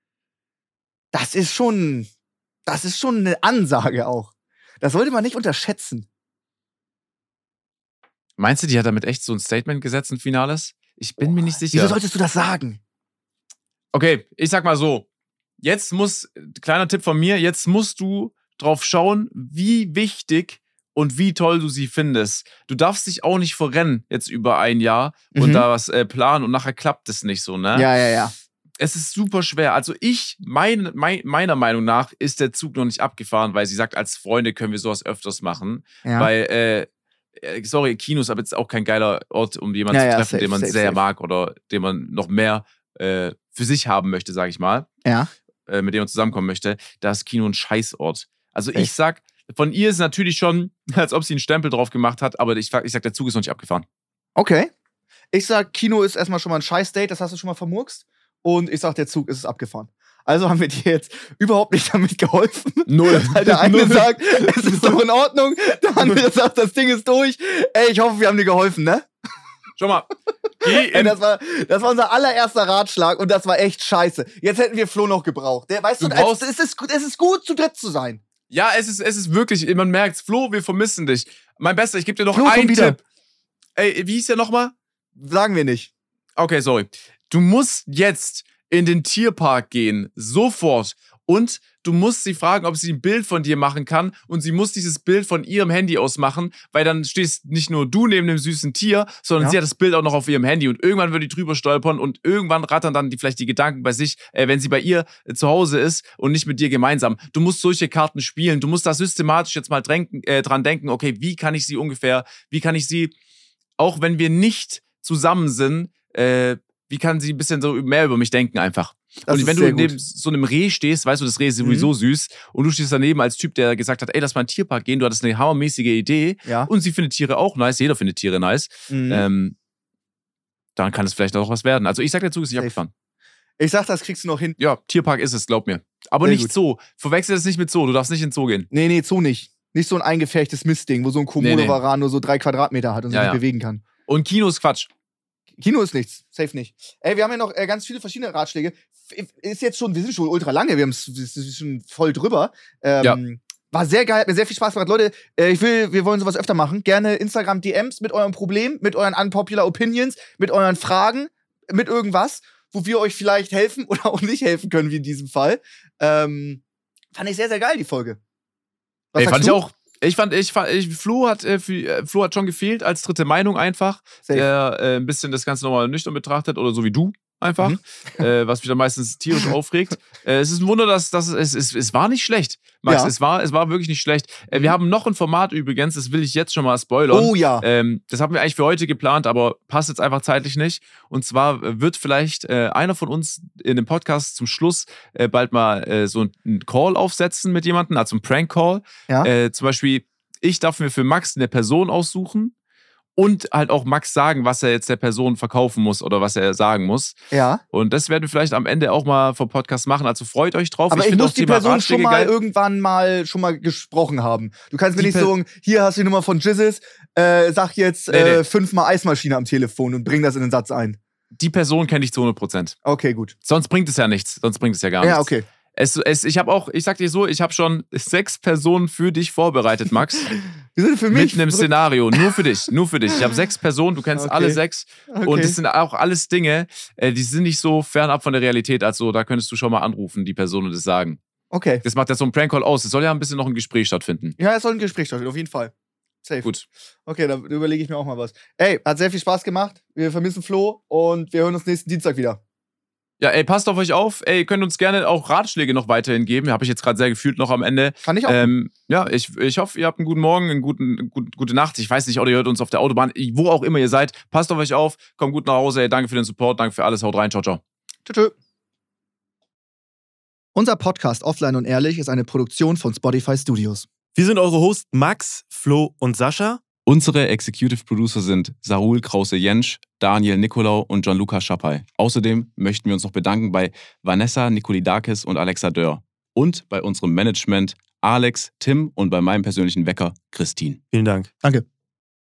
Das ist schon, das ist schon eine Ansage auch. Das sollte man nicht unterschätzen. Meinst du, die hat damit echt so ein Statement gesetzt, ein Finales? Ich bin mir nicht sicher. Wieso solltest du das sagen? Okay, ich sag mal so. Jetzt muss, kleiner Tipp von mir, jetzt musst du drauf schauen, wie wichtig und wie toll du sie findest. Du darfst dich auch nicht verrennen jetzt über ein Jahr und Mhm. da was äh, planen und nachher klappt es nicht so, ne? Ja, ja, ja. Es ist super schwer. Also ich, mein, mein, meiner Meinung nach, ist der Zug noch nicht abgefahren, weil sie sagt, als Freunde können wir sowas öfters machen. Ja. Weil, äh, äh, sorry, Kino ist aber jetzt auch kein geiler Ort, um jemanden Ja, zu ja, treffen, safe, den man safe, sehr safe. mag oder den man noch mehr äh, für sich haben möchte, sage ich mal. Ja. Äh, mit dem man zusammenkommen möchte. Da ist Kino ein Scheißort. Also Safe. ich sag, von ihr ist es natürlich schon, als ob sie einen Stempel drauf gemacht hat, aber ich, ich sag, der Zug ist noch nicht abgefahren. Okay. Ich sag, Kino ist erstmal schon mal ein Scheiß-Date, das hast du schon mal vermurkst. Und ich sag, der Zug ist es abgefahren. Also haben wir dir jetzt überhaupt nicht damit geholfen. Null. Weil der eine Null. sagt, es ist doch in Ordnung. Der andere sagt, das Ding ist durch. Ey, ich hoffe, wir haben dir geholfen, ne? Schau mal. Geh Ey, in, das war, das war unser allererster Ratschlag und das war echt scheiße. Jetzt hätten wir Flo noch gebraucht. Der, weißt du, Du als, brauchst- es, ist, gut- es ist gut, zu dritt zu sein. ja, es ist, es ist wirklich, man merkt's. Flo, wir vermissen dich. Mein Bester, ich gebe dir noch Flo, komm einen wieder. Tipp. Ey, wie hieß der nochmal? Sagen wir nicht. Okay, sorry. Du musst jetzt in den Tierpark gehen. Sofort. Und du musst sie fragen, ob sie ein Bild von dir machen kann. Und sie muss dieses Bild von ihrem Handy aus machen, weil dann stehst nicht nur du neben dem süßen Tier, sondern Ja. sie hat das Bild auch noch auf ihrem Handy. Und irgendwann wird die drüber stolpern und irgendwann rattern dann die, vielleicht die Gedanken bei sich, äh, wenn sie bei ihr äh, zu Hause ist und nicht mit dir gemeinsam. Du musst solche Karten spielen. Du musst da systematisch jetzt mal dränken, äh, dran denken, okay, wie kann ich sie ungefähr, wie kann ich sie, auch wenn wir nicht zusammen sind, äh, wie kann sie ein bisschen so mehr über mich denken einfach. Das und ist wenn du sehr neben gut. so einem Reh stehst, weißt du, das Reh ist sowieso süß und du stehst daneben als Typ, der gesagt hat, ey, lass mal in den Tierpark gehen, du hattest eine hammermäßige Idee Ja. und sie findet Tiere auch nice, jeder findet Tiere nice, Mhm. ähm, dann kann es vielleicht auch was werden. Also ich sag, der Zug ist nicht Safe. abgefahren. Ich sag, das kriegst du noch hin. Ja, Tierpark ist es, glaub mir. Aber Sehr nicht gut. Zoo. Verwechsel es nicht mit Zoo, du darfst nicht in den Zoo gehen. Nee, nee, Zoo nicht. Nicht so ein eingefärchtes Mistding, wo so ein Komodo-Varan nur so drei Quadratmeter hat und sich Ja, nicht ja. bewegen kann. Und Kino ist Quatsch. Kino ist nichts. Safe nicht. Ey, wir haben ja noch äh, ganz viele verschiedene Ratschläge. F- Ist jetzt schon, wir sind schon ultra lange, wir haben es schon voll drüber. Ähm, Ja. War sehr geil, hat mir sehr viel Spaß gemacht. Leute, äh, ich will, wir wollen sowas öfter machen. Gerne Instagram-D Ms mit eurem Problem, mit euren unpopular Opinions, mit euren Fragen, mit irgendwas, wo wir euch vielleicht helfen oder auch nicht helfen können, wie in diesem Fall. Ähm, fand ich sehr, sehr geil, die Folge. Was Ey, sagst fand du? ich auch. Ich fand, ich fand, ich, Flo hat, äh, für, äh, Flo hat schon gefehlt als dritte Meinung einfach, Safe. der äh, ein bisschen das Ganze nochmal nüchtern betrachtet oder so wie du einfach, Mhm. äh, was mich dann meistens tierisch aufregt. Äh, es ist ein Wunder, dass, dass es, es, es war nicht schlecht, Max. Ja. Es war, es war wirklich nicht schlecht. Äh, wir haben noch ein Format übrigens, das will ich jetzt schon mal spoilern. Oh ja. Ähm, das haben wir eigentlich für heute geplant, aber passt jetzt einfach zeitlich nicht. Und zwar äh, wird vielleicht äh, einer von uns in dem Podcast zum Schluss äh, bald mal äh, so einen Call aufsetzen mit jemandem, also einen Prank-Call. Ja. Äh, zum Beispiel, ich darf mir für Max eine Person aussuchen und halt auch Max sagen, was er jetzt der Person verkaufen muss oder was er sagen muss. Ja. Und das werden wir vielleicht am Ende auch mal vom Podcast machen. Also freut euch drauf. Aber ich, find muss auch die Thema Person schon Ratschläge mal geil. irgendwann mal schon mal gesprochen haben. Du kannst mir Die nicht Per- sagen, hier hast du die Nummer von Jizzes, äh, sag jetzt Nee, äh, nee. fünfmal Eismaschine am Telefon und bring das in den Satz ein. Die Person kenne ich zu hundert Prozent. Okay, gut. Sonst bringt es ja nichts. Sonst bringt es ja gar nichts. Ja, okay. Es, es, ich habe auch, ich sag dir so, ich habe schon sechs Personen für dich vorbereitet, Max. Wir sind für mich. Mit einem Szenario. Nur für dich. Nur für dich. Ich habe sechs Personen, du kennst Okay. alle sechs. Okay. Und das sind auch alles Dinge, äh, die sind nicht so fernab von der Realität. Also da könntest du schon mal anrufen, die Person, und das sagen. Okay. Das macht ja so ein Prank-Call aus. Es soll ja ein bisschen noch ein Gespräch stattfinden. Ja, es soll ein Gespräch stattfinden, auf jeden Fall. Safe. Gut. Okay, dann überlege ich mir auch mal was. Ey, hat sehr viel Spaß gemacht. Wir vermissen Flo und wir hören uns nächsten Dienstag wieder. Ja, ey, passt auf euch auf. Ey, ihr könnt uns gerne auch Ratschläge noch weiterhin geben. Habe ich jetzt gerade sehr gefühlt noch am Ende. Kann ich auch. Ähm, ja, ich, ich hoffe, ihr habt einen guten Morgen, eine guten, gut, gute Nacht. Ich weiß nicht, oder ihr hört uns auf der Autobahn. Wo auch immer ihr seid. Passt auf euch auf. Kommt gut nach Hause. Ey, danke für den Support. Danke für alles. Haut rein. Ciao, ciao. Tschö, tschö. Unser Podcast Offline und Ehrlich ist eine Produktion von Spotify Studios. Wir sind eure Hosts Max, Flo und Sascha. Unsere Executive Producer sind Sarul Krause-Jentsch, Daniel Nicolau und Gianluca Schappay. Außerdem möchten wir uns noch bedanken bei Vanessa Nikolidakis und Alexa Dörr. Und bei unserem Management Alex, Tim und bei meinem persönlichen Wecker Christine. Vielen Dank. Danke.